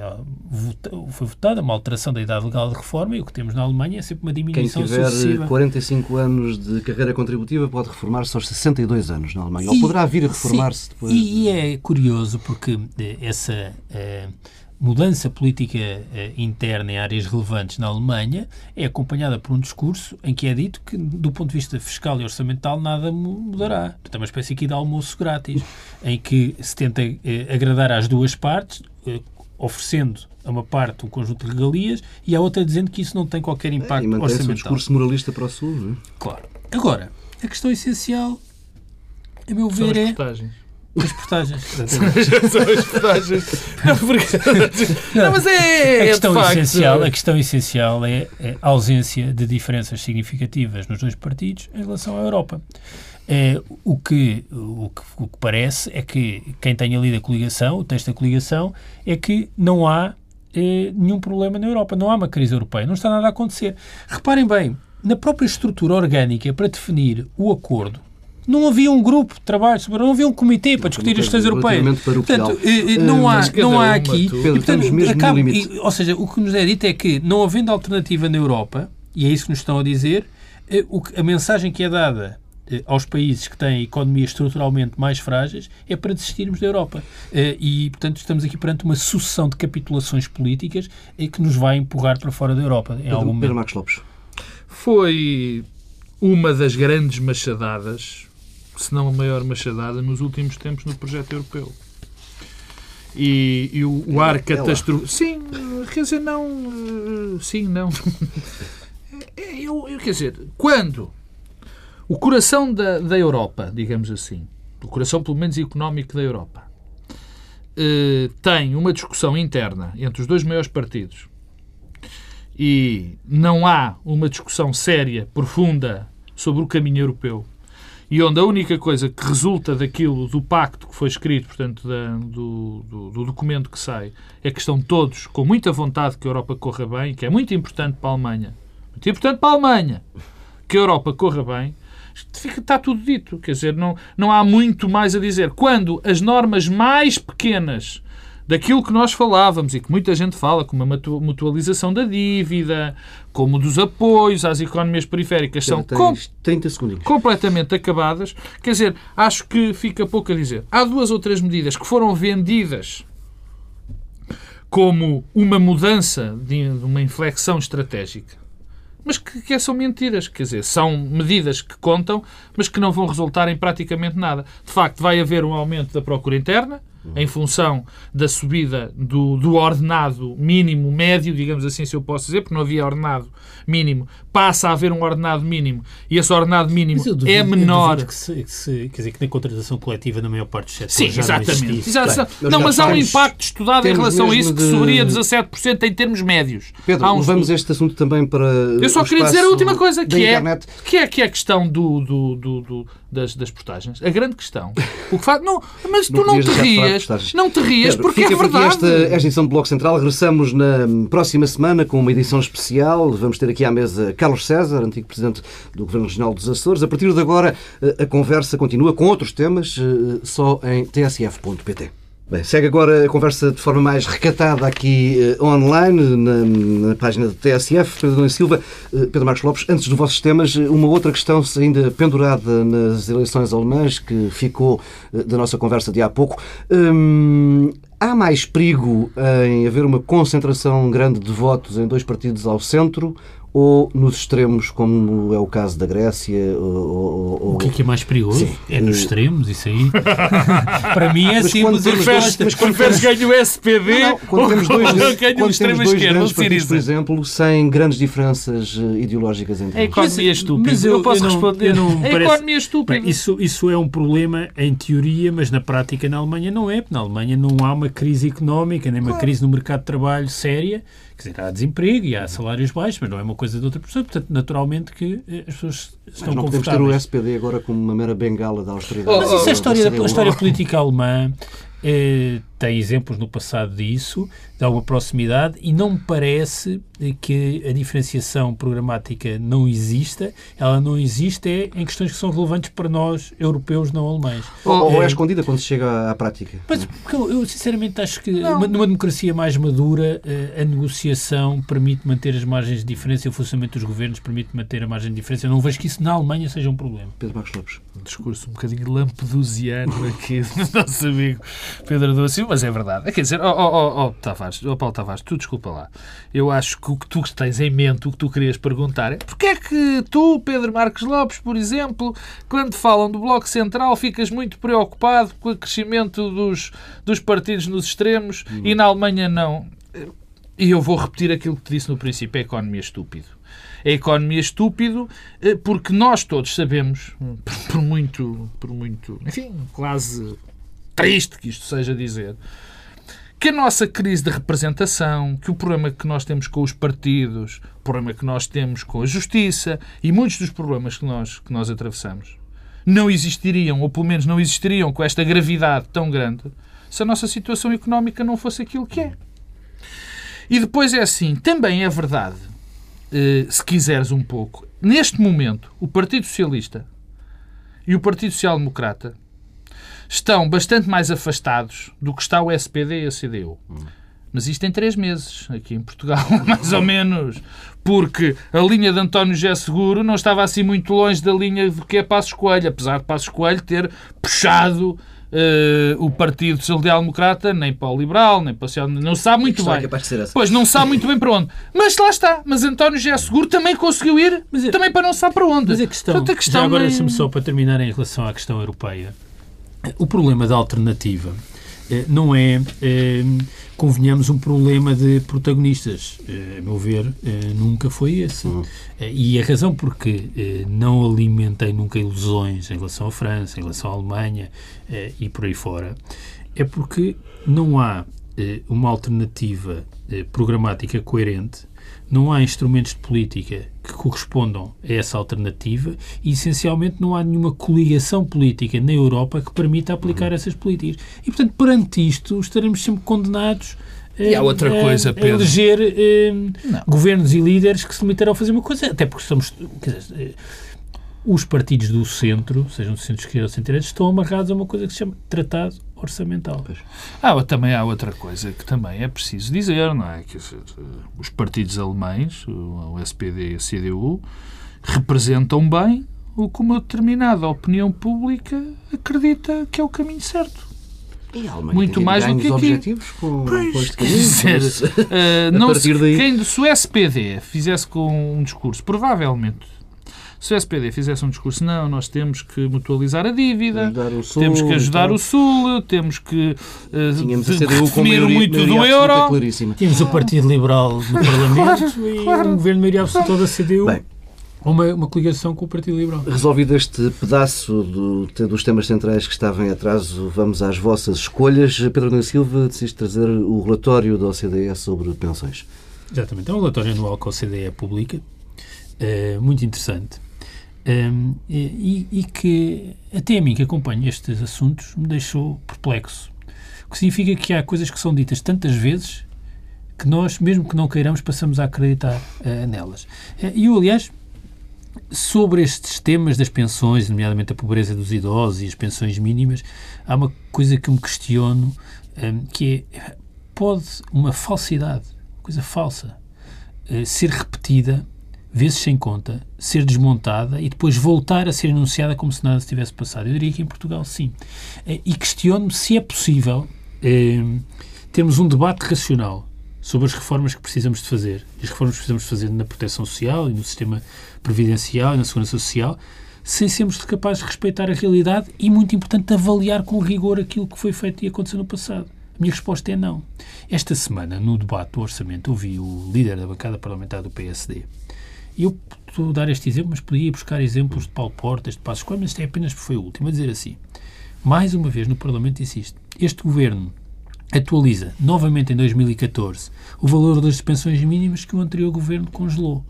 B: foi votada uma alteração da idade legal de reforma, e o que temos na Alemanha é sempre uma diminuição sucessiva.
A: Quem tiver 45 anos de carreira contributiva pode reformar-se aos 62 anos na Alemanha, ou poderá vir a reformar-se depois.
B: E é curioso porque essa mudança política interna em áreas relevantes na Alemanha é acompanhada por um discurso em que é dito que, do ponto de vista fiscal e orçamental, nada mudará. Portanto, é uma espécie aqui de almoço grátis, em que se tenta agradar às duas partes, oferecendo a uma parte um conjunto de regalias e a outra dizendo que isso não tem qualquer impacto orçamental. E
A: mantém-se um discurso moralista para o Sul, não é?
B: Claro. Agora, a questão essencial, a meu ver, é... As portagens.
C: São as portagens. Não, mas
B: a questão essencial é a ausência de diferenças significativas nos dois partidos em relação à Europa. O que parece é que quem tem ali da coligação, o texto da coligação, é que não há nenhum problema na Europa. Não há uma crise europeia. Não está nada a acontecer. Reparem bem, na própria estrutura orgânica para definir o acordo, não havia um grupo de trabalho, não havia um comitê para discutir as questões europeias. Portanto, não há aqui...
A: Pedro, estamos mesmo no limite.
B: Ou seja, o que nos é dito é que, não havendo alternativa na Europa, e é isso que nos estão a dizer, a mensagem que é dada aos países que têm economias estruturalmente mais frágeis é para desistirmos da Europa. E, portanto, estamos aqui perante uma sucessão de capitulações políticas que nos vai empurrar para fora da Europa.
A: Pedro Marcos Lopes.
C: Foi uma das grandes machadadas, se não a maior machadada, nos últimos tempos no projeto europeu. E o ar catastrófico... Sim, quer dizer, não... Sim, não. Quer dizer, quando o coração da Europa, digamos assim, o coração pelo menos económico da Europa, tem uma discussão interna entre os dois maiores partidos e não há uma discussão séria, profunda, sobre o caminho europeu, e onde a única coisa que resulta daquilo, do pacto que foi escrito, portanto, do documento que sai, é que estão todos com muita vontade que a Europa corra bem, que é muito importante para a Alemanha. Muito importante para a Alemanha que a Europa corra bem. Está tudo dito. Quer dizer, não há muito mais a dizer. Quando as normas mais pequenas daquilo que nós falávamos e que muita gente fala, como a mutualização da dívida, como dos apoios às economias periféricas, são
A: 30 segundinhos.
C: Completamente acabadas. Quer dizer, acho que fica pouco a dizer. Há 2 ou 3 medidas que foram vendidas como uma mudança de uma inflexão estratégica, mas que são mentiras. Quer dizer, são medidas que contam, mas que não vão resultar em praticamente nada. De facto, vai haver um aumento da procura interna, em função da subida do ordenado mínimo, médio, digamos assim, se eu posso dizer, porque não havia ordenado mínimo, passa a haver um ordenado mínimo, e esse ordenado mínimo é menor.
B: Quer dizer, que na contratação coletiva, na maior parte dos setores,
C: sim, exatamente. Não, mas há um impacto estudado em relação a isso que subiria 17% em termos médios.
A: Pedro, levamos este assunto também para
C: eu só queria dizer a última coisa, que é a questão das portagens. A grande questão. O que faz... Não, mas tu não te rias,
A: Pedro,
C: porque é verdade.
A: Esta edição do Bloco Central. Regressamos na próxima semana com uma edição especial. Vamos ter aqui à mesa Carlos César, antigo Presidente do Governo Regional dos Açores. A partir de agora, a conversa continua com outros temas, só em tsf.pt. Bem, segue agora a conversa de forma mais recatada aqui online, na página da TSF. Pedro Adão e Silva, Pedro Marcos Lopes, antes dos vossos temas, uma outra questão ainda pendurada nas eleições alemãs, que ficou da nossa conversa de há pouco. Há mais perigo em haver uma concentração grande de votos em 2 partidos ao centro ou nos extremos, como é o caso da Grécia?
B: O que é mais perigoso?
A: Sim.
B: É nos extremos, isso aí. Para mim é simples.
C: Mas preferes ganhar o SPD
A: quando temos dois
C: grandes
A: partidos, por exemplo, sem grandes diferenças ideológicas entre eles.
C: A economia é estúpida. Eu posso responder. A economia é estúpida.
B: Isso é um problema em teoria, mas na prática na Alemanha não é. Na Alemanha não há uma crise económica, nem uma crise no mercado de trabalho séria. Quer dizer, há desemprego e há salários baixos, mas não é uma coisa de outra pessoa. Portanto, naturalmente que as pessoas estão confortáveis.
A: Mas não podemos ter o SPD agora como uma mera bengala da austeridade.
B: Mas isso é a história política alemã. Tem exemplos no passado disso, de alguma proximidade, e não me parece que a diferenciação programática não exista. Ela não existe em questões que são relevantes para nós, europeus não alemães.
A: Ou é escondida quando se chega à prática?
B: Mas eu sinceramente acho que numa democracia mais madura a negociação permite manter as margens de diferença e o funcionamento dos governos permite manter a margem de diferença. Eu não vejo que isso na Alemanha seja um problema.
A: Pedro Marcos Lopes.
C: Um discurso um bocadinho lampedusiano aqui do nosso amigo Pedro Adão e Silva, mas é verdade. Quer dizer, Paulo Tavares, tu desculpa lá. Eu acho que o que tu tens em mente, o que tu querias perguntar é porque é que tu, Pedro Marcos Lopes, por exemplo, quando falam do Bloco Central, ficas muito preocupado com o crescimento dos partidos nos extremos e na Alemanha não. E eu vou repetir aquilo que te disse no princípio, é a economia estúpido. É a economia estúpido porque nós todos sabemos, por muito, enfim, quase triste que isto seja dizer, que a nossa crise de representação, que o problema que nós temos com os partidos, o problema que nós temos com a justiça e muitos dos problemas que nós atravessamos não existiriam, ou pelo menos não existiriam com esta gravidade tão grande, se a nossa situação económica não fosse aquilo que é. E depois é assim, também é verdade, se quiseres um pouco, neste momento o Partido Socialista e o Partido Social Democrata estão bastante mais afastados do que está o SPD e a CDU. Mas isto em 3 meses, aqui em Portugal, mais ou menos. Porque a linha de António José Seguro não estava assim muito longe da linha do que é Passos Coelho, apesar de Passos Coelho ter puxado o Partido Social Democrata nem para o Liberal, nem para o Social... Não sabe muito bem. Pois, não sabe muito bem para onde. Mas lá está. Mas António José Seguro também conseguiu ir, também para não saber para onde.
B: Mas a questão já agora, deixa-me só para terminar em relação à questão europeia. O problema da alternativa não é, convenhamos, um problema de protagonistas. A meu ver, nunca foi esse. E a razão porque não alimentei nunca ilusões em relação à França, em relação à Alemanha e por aí fora, é porque não há uma alternativa programática coerente, não há instrumentos de política que correspondam a essa alternativa e, essencialmente, não há nenhuma coligação política na Europa que permita aplicar essas políticas. E, portanto, perante isto, estaremos sempre condenados
C: e há outra coisa,
B: a eleger governos e líderes que se limitarão a fazer uma coisa, até porque os partidos do centro, sejam do centro-esquerda ou centro-direita, estão amarrados a uma coisa que se chama Tratado orçamental.
C: Também há outra coisa que também é preciso dizer, não é? Que os partidos alemães, o SPD e a CDU, representam bem o que uma determinada opinião pública acredita que é o caminho certo. Muito mais do que aqui.
A: Objetivos com este caminho.
C: Se o SPD fizesse com um discurso, provavelmente, se o SPD fizesse um discurso, não, nós temos que mutualizar a dívida, temos que ajudar o Sul, temos que definir muito do euro.
B: Tínhamos o Partido Liberal no Parlamento e um governo de maioria absoluta da CDU. Bem, uma coligação com o Partido Liberal.
A: Resolvido este pedaço dos temas centrais que estavam em atraso, vamos às vossas escolhas. Pedro Nuno Silva, decidiste trazer o relatório da OCDE sobre pensões.
B: Exatamente. É um relatório anual que a OCDE publica, muito interessante, e que até a mim, que acompanho estes assuntos, me deixou perplexo. O que significa que há coisas que são ditas tantas vezes que nós, mesmo que não queiramos, passamos a acreditar nelas. E eu, aliás, sobre estes temas das pensões, nomeadamente a pobreza dos idosos e as pensões mínimas, há uma coisa que eu me questiono, que é, pode uma falsidade, coisa falsa, ser repetida vezes sem conta, ser desmontada e depois voltar a ser anunciada como se nada se tivesse passado? Eu diria que em Portugal sim. E questiono-me se é possível termos um debate racional sobre as reformas que precisamos de fazer, as reformas que precisamos de fazer na proteção social e no sistema previdencial e na segurança social, sem sermos capazes de respeitar a realidade e, muito importante, avaliar com rigor aquilo que foi feito e aconteceu no passado. A minha resposta é não. Esta semana, no debate do orçamento, ouvi o líder da bancada parlamentar do PSD. E eu estou a dar este exemplo, mas podia ir buscar exemplos de Paulo Portas, de Passos Coelho, mas isto é apenas porque foi o último, a dizer assim. Mais uma vez, no Parlamento disse isto. Este governo atualiza, novamente em 2014, o valor das pensões mínimas que o anterior governo congelou.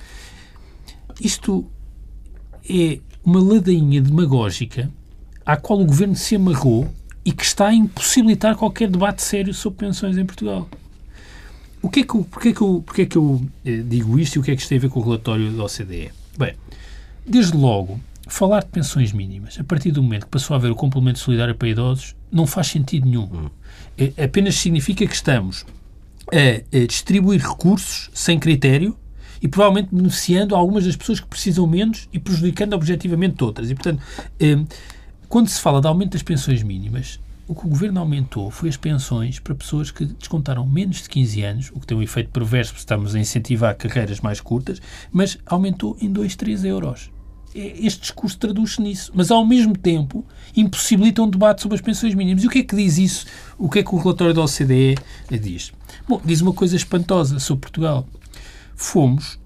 B: Isto é uma ladainha demagógica à qual o governo se amarrou e que está a impossibilitar qualquer debate sério sobre pensões em Portugal. Porquê é que eu digo isto e o que é que isto tem a ver com o relatório da OCDE? Bem, desde logo, falar de pensões mínimas, a partir do momento que passou a haver o complemento solidário para idosos, não faz sentido nenhum. Apenas significa que estamos a distribuir recursos sem critério e provavelmente beneficiando algumas das pessoas que precisam menos e prejudicando objetivamente outras. E, portanto, quando se fala de aumento das pensões mínimas, o que o Governo aumentou foi as pensões para pessoas que descontaram menos de 15 anos, o que tem um efeito perverso porque estamos a incentivar carreiras mais curtas, mas aumentou em 2, 3 euros. Este discurso traduz-se nisso, mas ao mesmo tempo impossibilita um debate sobre as pensões mínimas. E o que é que diz isso? O que é que o relatório da OCDE diz? Bom, diz uma coisa espantosa sobre Portugal. Fomos...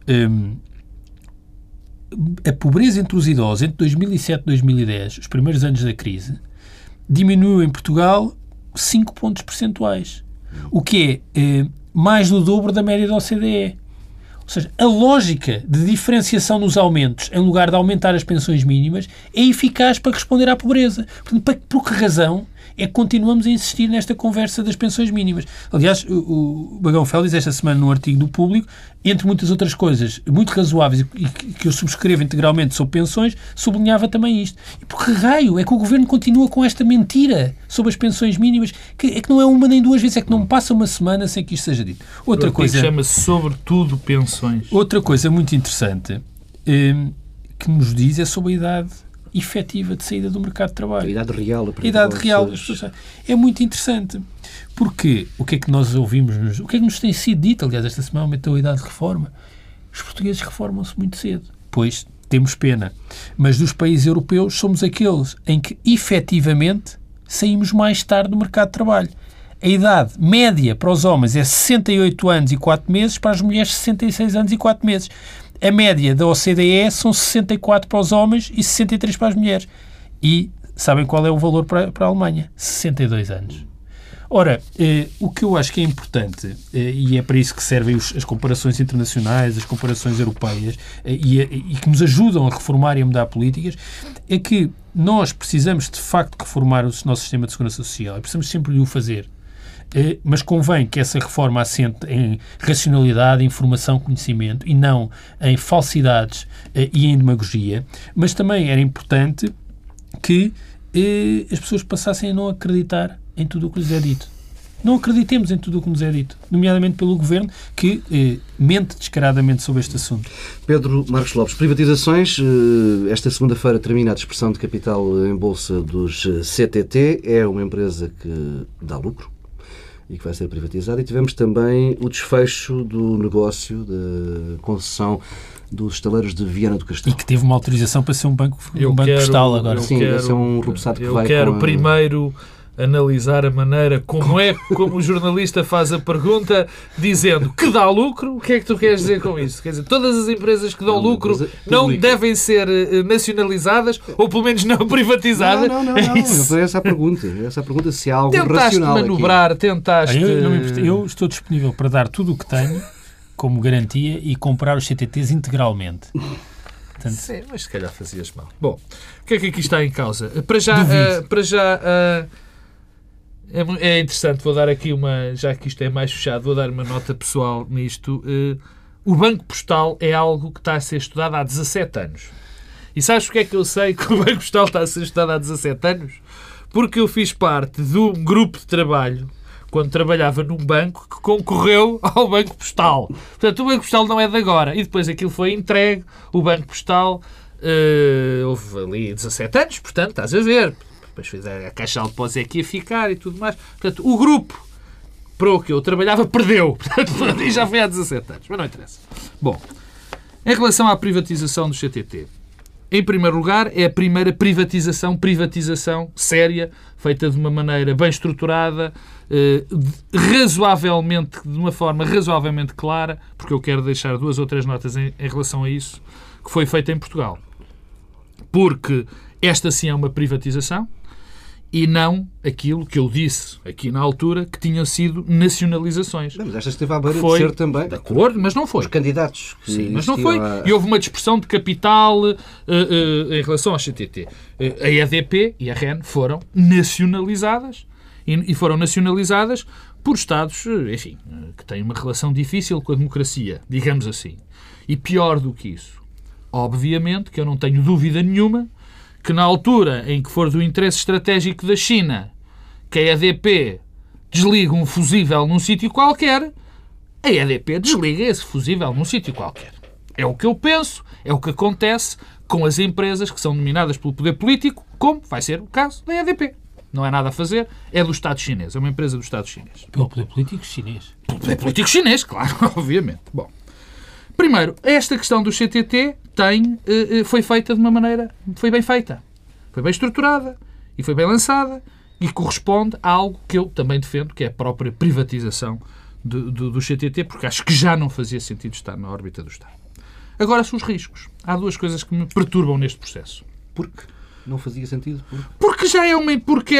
B: a pobreza entre os idosos entre 2007 e 2010, os primeiros anos da crise, diminuiu em Portugal 5 pontos percentuais, o que é mais do dobro da média da OCDE. Ou seja, a lógica de diferenciação nos aumentos, em lugar de aumentar as pensões mínimas, é eficaz para responder à pobreza. Portanto, por que razão é que continuamos a insistir nesta conversa das pensões mínimas? Aliás, o Bagão Félix, esta semana, num artigo do Público, entre muitas outras coisas muito razoáveis e que eu subscrevo integralmente sobre pensões, sublinhava também isto. E por que raio é que o Governo continua com esta mentira sobre as pensões mínimas, que não é uma nem duas vezes, é que não passa uma semana sem que isto seja dito. Outra coisa...
C: chama-se sobretudo pensões.
B: Outra coisa muito interessante que nos diz é sobre a idade efetiva de saída do mercado de trabalho.
A: A idade real.
B: A idade real. É muito interessante. Porque o que é que nós ouvimos? O que é que nos tem sido dito? Aliás, esta semana aumentou a idade de reforma. Os portugueses reformam-se muito cedo. Pois, temos pena. Mas dos países europeus somos aqueles em que, efetivamente, saímos mais tarde do mercado de trabalho. A idade média para os homens é 68 anos e 4 meses, para as mulheres 66 anos e 4 meses. A média da OCDE são 64 para os homens e 63 para as mulheres. E sabem qual é o valor para a Alemanha? 62 anos. Ora, o que eu acho que é importante, e é para isso que servem as comparações internacionais, as comparações europeias, e que nos ajudam a reformar e a mudar políticas, é que nós precisamos, de facto, reformar o nosso sistema de segurança social. E precisamos sempre de o fazer. Mas convém que essa reforma assente em racionalidade, informação, conhecimento e não em falsidades e em demagogia. Mas também era importante que as pessoas passassem a não acreditar em tudo o que lhes é dito. Não acreditemos em tudo o que nos é dito, nomeadamente pelo Governo, que mente descaradamente sobre este assunto.
A: Pedro Marcos Lopes, privatizações. Esta segunda-feira termina a dispersão de capital em bolsa dos CTT. É uma empresa que dá lucro e que vai ser privatizada. E tivemos também o desfecho do negócio da concessão dos estaleiros de Viana do Castelo.
B: E que teve uma autorização para ser um banco postal agora.
A: Sim, esse é um rubeçado que vai...
C: Eu quero primeiro analisar a maneira como o jornalista faz a pergunta, dizendo que dá lucro. O que é que tu queres dizer com isso? Quer dizer, todas as empresas que dão lucro não devem ser nacionalizadas ou pelo menos não privatizadas?
A: Não. Essa é a pergunta. Se há algo racional
C: manobrar,
A: aqui.
B: Eu estou disponível para dar tudo o que tenho como garantia e comprar os CTTs integralmente.
C: Portanto, sim, mas se calhar fazias mal. Bom, o que é que aqui está em causa? Para já é interessante, vou dar aqui já que isto é mais fechado, vou dar uma nota pessoal nisto. O Banco Postal é algo que está a ser estudado há 17 anos. E sabes porque é que eu sei que o Banco Postal está a ser estudado há 17 anos? Porque eu fiz parte de um grupo de trabalho quando trabalhava num banco que concorreu ao Banco Postal. Portanto, o Banco Postal não é de agora. E depois aquilo foi entregue, o Banco Postal, houve ali 17 anos, portanto, estás a ver. Depois fez a Caixa de Depósitos é que ia ficar e tudo mais. Portanto, o grupo para o que eu trabalhava perdeu. Portanto, e já foi há 17 anos. Mas não interessa. Bom, em relação à privatização do CTT, em primeiro lugar, é a primeira privatização séria, feita de uma maneira bem estruturada, de uma forma razoavelmente clara, porque eu quero deixar 2 ou 3 notas em relação a isso, que foi feita em Portugal. Porque esta sim é uma privatização e não aquilo que eu disse aqui na altura, que tinham sido nacionalizações.
A: Mas esta esteve à beira de ser também.
C: De acordo, mas não foi.
A: Os candidatos.
C: Sim, mas não foi. E houve uma dispersão de capital em relação ao CTT. A EDP e a REN foram nacionalizadas e foram nacionalizadas por Estados, enfim, que têm uma relação difícil com a democracia, digamos assim. E pior do que isso, obviamente, que eu não tenho dúvida nenhuma que na altura em que for do interesse estratégico da China que a EDP desliga um fusível num sítio qualquer, a EDP desliga esse fusível num sítio qualquer. É o que eu penso, é o que acontece com as empresas que são dominadas pelo poder político, como vai ser o caso da EDP. Não é nada a fazer, é do Estado chinês, é uma empresa do Estado chinês.
B: Pelo poder político chinês.
C: Pelo poder político chinês, claro, obviamente. Bom, primeiro, esta questão do CTT foi feita de uma maneira... Foi bem feita. Foi bem estruturada e foi bem lançada e corresponde a algo que eu também defendo, que é a própria privatização do CTT, porque acho que já não fazia sentido estar na órbita do Estado. Agora, são os riscos. Há 2 coisas que me perturbam neste processo.
A: Porque não fazia sentido?
C: Porque já é uma... Porque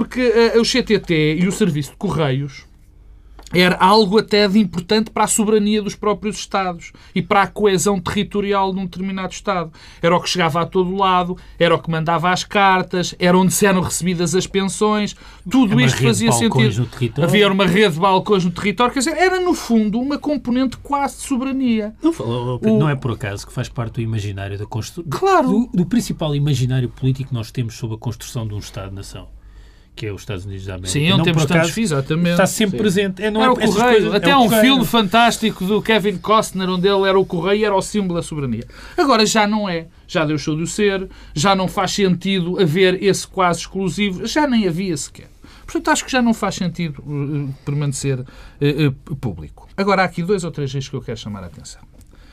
C: o CTT e o Serviço de Correios era algo até de importante para a soberania dos próprios Estados e para a coesão territorial de um determinado Estado. Era o que chegava a todo lado, era o que mandava as cartas, era onde eram recebidas as pensões. Tudo isto fazia sentido. Havia uma rede de balcões no território. Quer dizer, era, no fundo, uma componente quase de soberania.
B: Não é por acaso que faz parte do imaginário da construção.
C: Claro.
B: Do principal imaginário político que nós temos sobre a construção de um Estado-nação, que é os Estados Unidos da América.
C: Sim, onde temos tantos, exatamente.
B: Está sempre presente.
C: O Correio. Até há um filme fantástico do Kevin Costner, onde ele era o Correio e era o símbolo da soberania. Agora já não é. Já deixou de o ser. Já não faz sentido haver esse quase exclusivo. Já nem havia sequer. Portanto, acho que já não faz sentido permanecer público. Agora, há aqui 2 ou 3 eixos que eu quero chamar a atenção.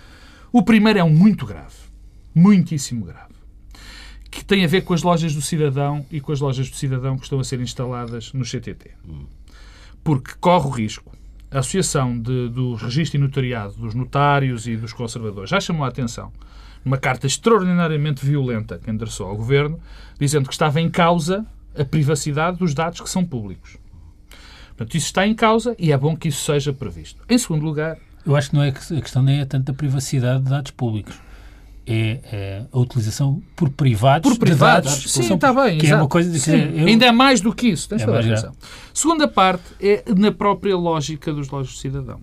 C: O primeiro é um muito grave. Muitíssimo grave. Que tem a ver com as lojas do cidadão e com as lojas do cidadão que estão a ser instaladas no CTT. Porque corre o risco. A Associação do Registro e Notariado dos Notários e dos Conservadores já chamou a atenção numa carta extraordinariamente violenta que endereçou ao Governo, dizendo que estava em causa a privacidade dos dados que são públicos. Portanto, isso está em causa e é bom que isso seja previsto. Em segundo lugar...
B: Eu acho que não é, a questão nem é tanto a privacidade de dados públicos. É a utilização por privados de dados.
C: Sim, está bem.
B: Que é uma coisa de
C: ainda é mais do que isso. Tens toda a razão. Segunda parte é na própria lógica dos lojas de cidadão.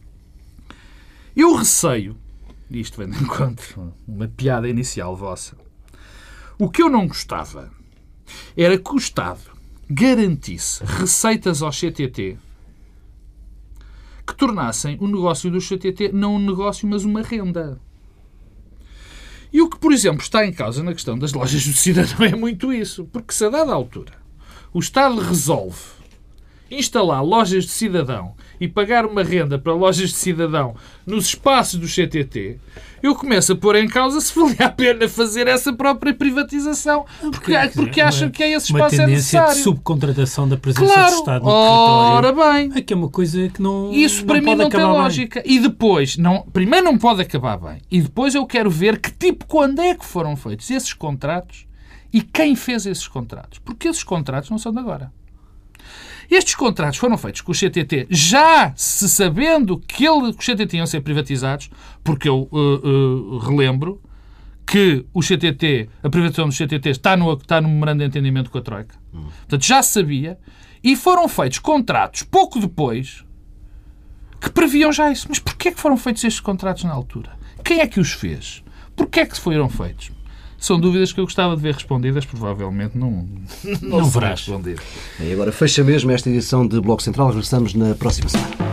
C: Eu receio, isto vem de encontro uma piada inicial vossa, o que eu não gostava era que o Estado garantisse receitas ao CTT que tornassem o negócio do CTT não um negócio, mas uma renda. E o que, por exemplo, está em causa na questão das lojas do cidadão é muito isso. Porque se a dada altura o Estado resolve instalar lojas de cidadão e pagar uma renda para lojas de cidadão nos espaços do CTT, eu começo a pôr em causa se vale a pena fazer essa própria privatização, porque acham que esse espaço é necessário. Uma
B: tendência de subcontratação da presença do Estado no território.
C: Ora bem.
B: É que é uma coisa que não
C: isso
B: não
C: para mim
B: pode
C: não tem
B: acabar
C: lógica. Bem. E depois, primeiro não pode acabar bem. E depois eu quero ver quando é que foram feitos esses contratos e quem fez esses contratos. Porque esses contratos não são de agora. Estes contratos foram feitos com o CTT já se sabendo que os CTT iam ser privatizados, porque eu relembro que a privatização do CTT está no memorando de entendimento com a Troika. Portanto, já se sabia. E foram feitos contratos pouco depois que previam já isso. Mas porquê é que foram feitos estes contratos na altura? Quem é que os fez? Porquê é que foram feitos? São dúvidas que eu gostava de ver respondidas, provavelmente não
B: verás
C: responder.
A: E agora fecha mesmo esta edição de Bloco Central. Regressamos na próxima semana.